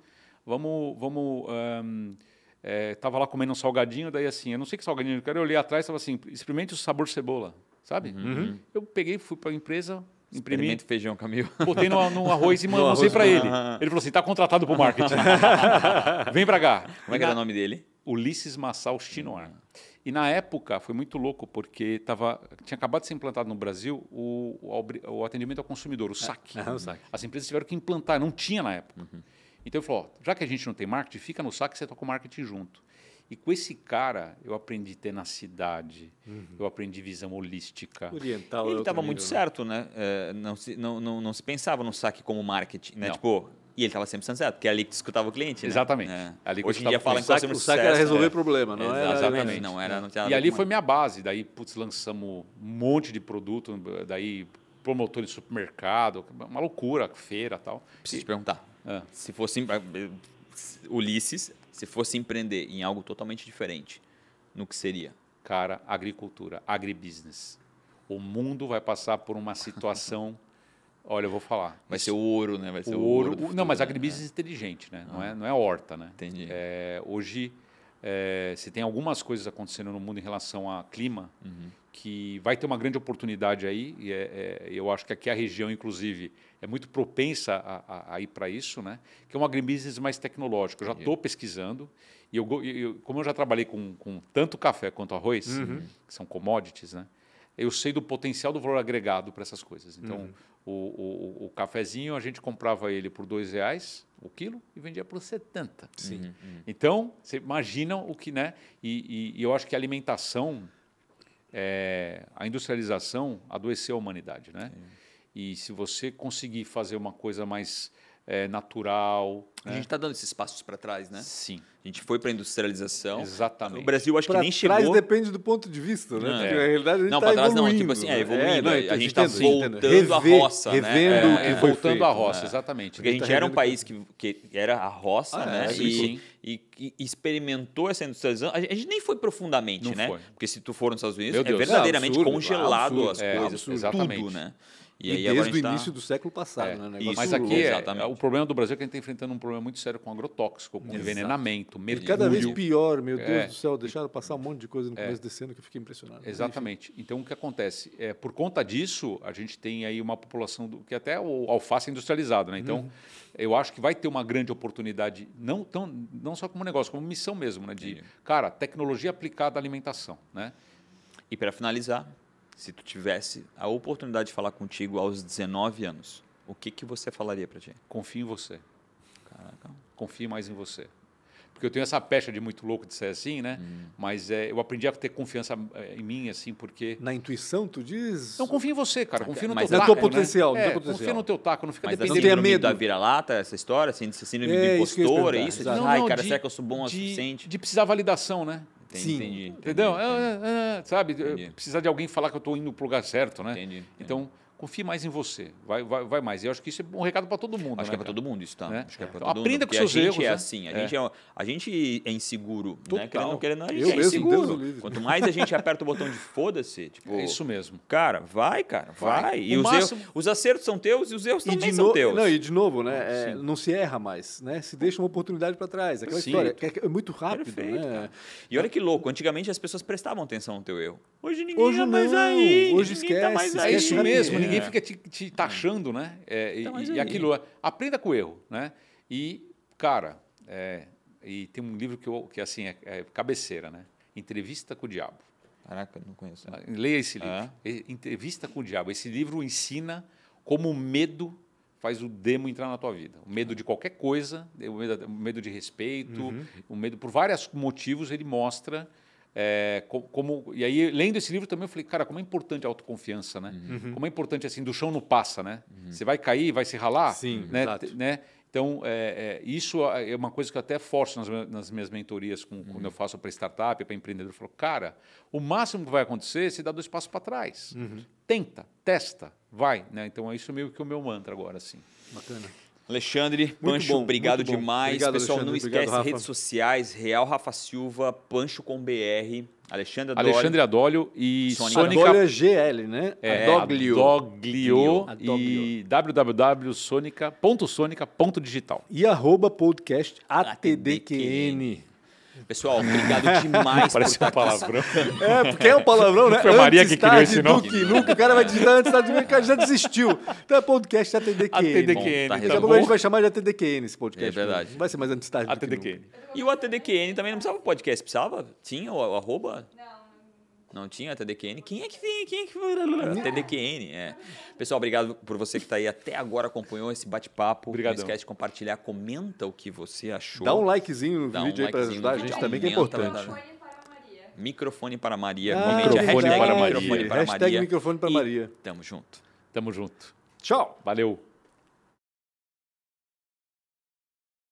C: Tava lá comendo um salgadinho, daí assim, eu não sei que salgadinho eu quero. Eu olhei atrás, estava assim, experimente o sabor cebola, sabe? Eu peguei, fui para a empresa, imprimi.
B: Experimento feijão Camil.
C: Botei no arroz e mostrei para ele. Ele falou assim, tá contratado para o marketing. Vem para cá.
B: Como é que era o nome dele?
C: Ulisses Massal Chinoar. E na época foi muito louco, porque tinha acabado de ser implantado no Brasil o atendimento ao consumidor, o SAC.
A: O SAC.
C: As empresas tiveram que implantar, não tinha na época. Então ele falou, já que a gente não tem marketing, fica no SAC e você toca o marketing junto. E com esse cara, eu aprendi tenacidade, eu aprendi visão holística.
A: Oriental.
B: Ele estava muito certo, né? Não se pensava no saque como marketing, né? Tipo, e ele estava 100% certo, porque é ali que tu escutava o cliente, né?
C: Exatamente.
B: Ali hoje em dia fala em
A: o saque era resolver problema, não era?
C: Exatamente.
B: Não tinha
C: e ali foi minha base. Daí, lançamos um monte de produto, daí promotor de supermercado, uma loucura, feira e tal.
B: Preciso te perguntar. Se fosse Ulisses, se fosse empreender em algo totalmente diferente, no que seria?
C: Cara, agricultura, agribusiness. O mundo vai passar por uma situação... Olha, eu vou falar.
B: Vai ser o ouro, né? Vai ser o
C: ouro.
B: Futuro,
C: não, mas agribusiness inteligente, né? Não é horta, né?
B: Entendi.
C: Hoje, Você tem algumas coisas acontecendo no mundo em relação a clima, que vai ter uma grande oportunidade aí. E eu acho que aqui a região, inclusive, é muito propensa a ir para isso, né? Que é um agribusiness mais tecnológico. Eu já estou pesquisando. E como eu já trabalhei com tanto café quanto arroz, que são commodities, né? Eu sei do potencial do valor agregado para essas coisas. Então, o cafezinho, a gente comprava ele por R$2 o quilo e vendia por 70.
A: Sim.
C: Então, você imagina o que... né? E eu acho que a alimentação, a industrialização adoeceu a humanidade, né? E se você conseguir fazer uma coisa mais natural...
B: A gente está dando esses passos para trás, né?
C: Sim.
B: A gente foi para a industrialização.
C: Exatamente.
B: O Brasil acho que nem
A: Pra trás
B: chegou...
A: depende do ponto de vista, né? Porque na realidade a gente
B: Não,
A: tá
B: para trás não,
A: evoluindo.
B: tipo assim,
A: né?
B: evoluindo.
A: Não,
B: A gente está
A: entendo.
B: voltando à roça,
A: revendo
B: né?
A: o que foi
C: Voltando
A: feito,
C: à roça,
A: né?
C: exatamente.
B: Porque a gente era um país que era a roça, né?
C: sim.
B: E experimentou essa industrialização. A gente nem foi profundamente,
C: Não
B: né?
C: foi.
B: Porque se tu for nos Estados Unidos,
C: Meu
B: é
C: Deus.
B: verdadeiramente
A: Absurdo,
B: congelado
A: absurdo,
B: as coisas,
C: absurdo.
B: tudo,
C: Exatamente.
B: né?
A: E
B: aí agora a
A: desde o
B: gente
A: início do século passado, né?
B: Isso.
C: Mas
A: Negócio
C: aqui
A: louco.
B: Exatamente.
C: o problema do Brasil é que a gente está enfrentando um problema muito sério com agrotóxico, com envenenamento,
A: E
C: mercúrio.
A: cada vez pior, meu Deus do céu, deixaram passar um monte de coisa no começo desse ano que eu fiquei impressionado.
C: Exatamente. Então, o que acontece? Por conta disso, a gente tem aí uma população que até o alface é industrializado, né? Então, eu acho que vai ter uma grande oportunidade, não só como negócio, como missão mesmo, né? De, cara, tecnologia aplicada à alimentação, né?
B: E para finalizar, se tu tivesse a oportunidade de falar contigo aos 19 anos, o que você falaria para ti?
C: Confie em você.
B: Caraca.
C: Confie mais em você. Porque eu tenho essa pecha de muito louco de ser assim, né? Mas eu aprendi a ter confiança em mim, assim, porque...
A: Na intuição, tu diz...
C: Não, confia em você, cara. Confia no
B: Mas
C: teu
B: na
C: taco,
B: tua
A: potencial,
C: né?
A: no teu potencial.
C: Confia no teu taco, não fica
B: Mas
C: dependendo...
A: tenha
B: síndrome
A: medo.
B: da vira-lata, essa história, assim, de síndrome do
A: isso que eu ia
B: impostor,
A: perguntar,
B: isso?
A: exato.
C: Não,
B: Cara,
C: de-
B: será que eu sou bom o
C: de-
B: suficiente?
C: De precisar validação, né?
A: Sim.
B: Entendi.
C: Entendeu? Sabe?
B: Entendi.
C: Precisar de alguém falar que eu estou indo para o lugar certo, né?
B: Entendi.
C: Então, confie mais em você. Vai mais. E eu acho que isso é um recado para todo mundo.
B: Acho
C: né,
B: que é para
C: cara?
B: todo mundo isso, tá?
C: Né?
B: Acho que é para
C: Então,
B: todo
C: aprenda
B: mundo.
C: com
B: Porque
C: seus
B: a gente
C: erros,
B: é
C: né?
B: assim, a gente é inseguro, né?
C: Total.
B: Não querendo, a gente
A: Eu
B: é
A: mesmo, Deus o
B: inseguro.
A: livre.
B: Quanto mais a gente aperta o botão de foda-se, tipo,
C: É isso mesmo.
B: cara, vai. E
C: O
B: os,
C: máximo-
B: os acertos são teus e os erros
A: E
B: também
A: de,
B: são teus.
A: não, e de novo, né?
C: Sim.
A: Não se erra mais, né? Se deixa uma oportunidade para trás. Aquela
C: Sim.
A: história que é muito rápido,
B: Perfeito,
A: né?
B: cara. E olha que louco, antigamente as pessoas prestavam atenção no teu erro. Hoje ninguém
A: Hoje
B: tá mais
A: não,
B: aí.
A: hoje
B: ninguém tá mais
A: esquece,
B: aí.
C: É isso
A: Esquece
C: mesmo,
A: rapidinho.
C: ninguém fica te taxando, né?
B: mas
C: E
B: aí.
C: aquilo, aprenda com o erro, né? E, cara, e tem um livro que assim, é cabeceira, né? Entrevista com o Diabo.
B: Caraca, não conheço.
C: Leia esse livro. Entrevista com o Diabo. Esse livro ensina como o medo faz o demo entrar na tua vida. O medo de qualquer coisa, o medo de respeito, o medo por vários motivos, ele mostra como... E aí, lendo esse livro também, eu falei, cara, como é importante a autoconfiança, né? Como é importante, assim, do chão não passa, né? Você vai cair, vai se ralar,
A: Sim,
C: né?
A: exato.
C: Né? Então, isso é uma coisa que eu até forço nas minhas mentorias, quando eu faço para startup, para empreendedor. Eu falo, cara, o máximo que vai acontecer é você dar 2 passos para trás. Tenta, testa, vai. Né? Então, é isso meio que o meu mantra agora. Assim.
A: Bacana.
B: Alexandre,
A: Muito
B: Pancho,
A: bom,
B: obrigado
A: muito bom.
B: demais.
A: Obrigado,
B: Pessoal, não
A: Alexandre.
B: esquece
A: Obrigado, Rafa.
B: redes sociais, Real Rafa Silva, Pancho com BR, Alexandre Adolho.
C: Alexandre Adólio e
B: Sônica.
C: Sônica...
A: Adolio é GL, né?
C: Adoglio. E www.sonica.digital.
A: E @podcast ATDQN.
B: Pessoal, obrigado demais
C: Parece
B: por
C: um
B: estar aqui.
C: palavrão.
A: Porque é um palavrão, né?
C: Foi a Maria
A: Antes
C: que criou
A: tarde
C: esse
A: do
C: nome.
A: que nunca. O cara vai digitar antes tarde do que nunca, já desistiu. Então é podcast ATDQN.
C: ATDQN,
B: Bom, tá
A: Daqui a
B: tá
A: pouco a gente
B: bom.
A: vai chamar de ATDQN esse podcast.
B: É verdade.
A: Não vai ser mais antes tarde do que
C: ATDQN.
A: nunca.
B: E o ATDQN também não precisava podcast, precisava? Tinha o arroba? Não tinha ATDQN? Quem é que tem? ATDQN, Pessoal, obrigado por você que está aí até agora, acompanhou esse bate-papo.
C: Obrigadão.
B: Não esquece de compartilhar, comenta o que você achou.
A: Dá um likezinho no
B: Dá um
A: vídeo aí para
B: likezinho
A: ajudar a
B: no
A: gente
B: vídeo,
A: também, que é
B: aumenta,
A: importante.
B: Microfone para Maria.
A: Ah,
B: Comente a
C: microfone
B: hashtag
C: para
B: microfone
C: Maria.
B: para
A: Hashtag
B: Maria.
A: microfone para
B: E
A: Maria.
B: Tamo junto.
C: Tamo junto.
A: Tchau.
C: Valeu.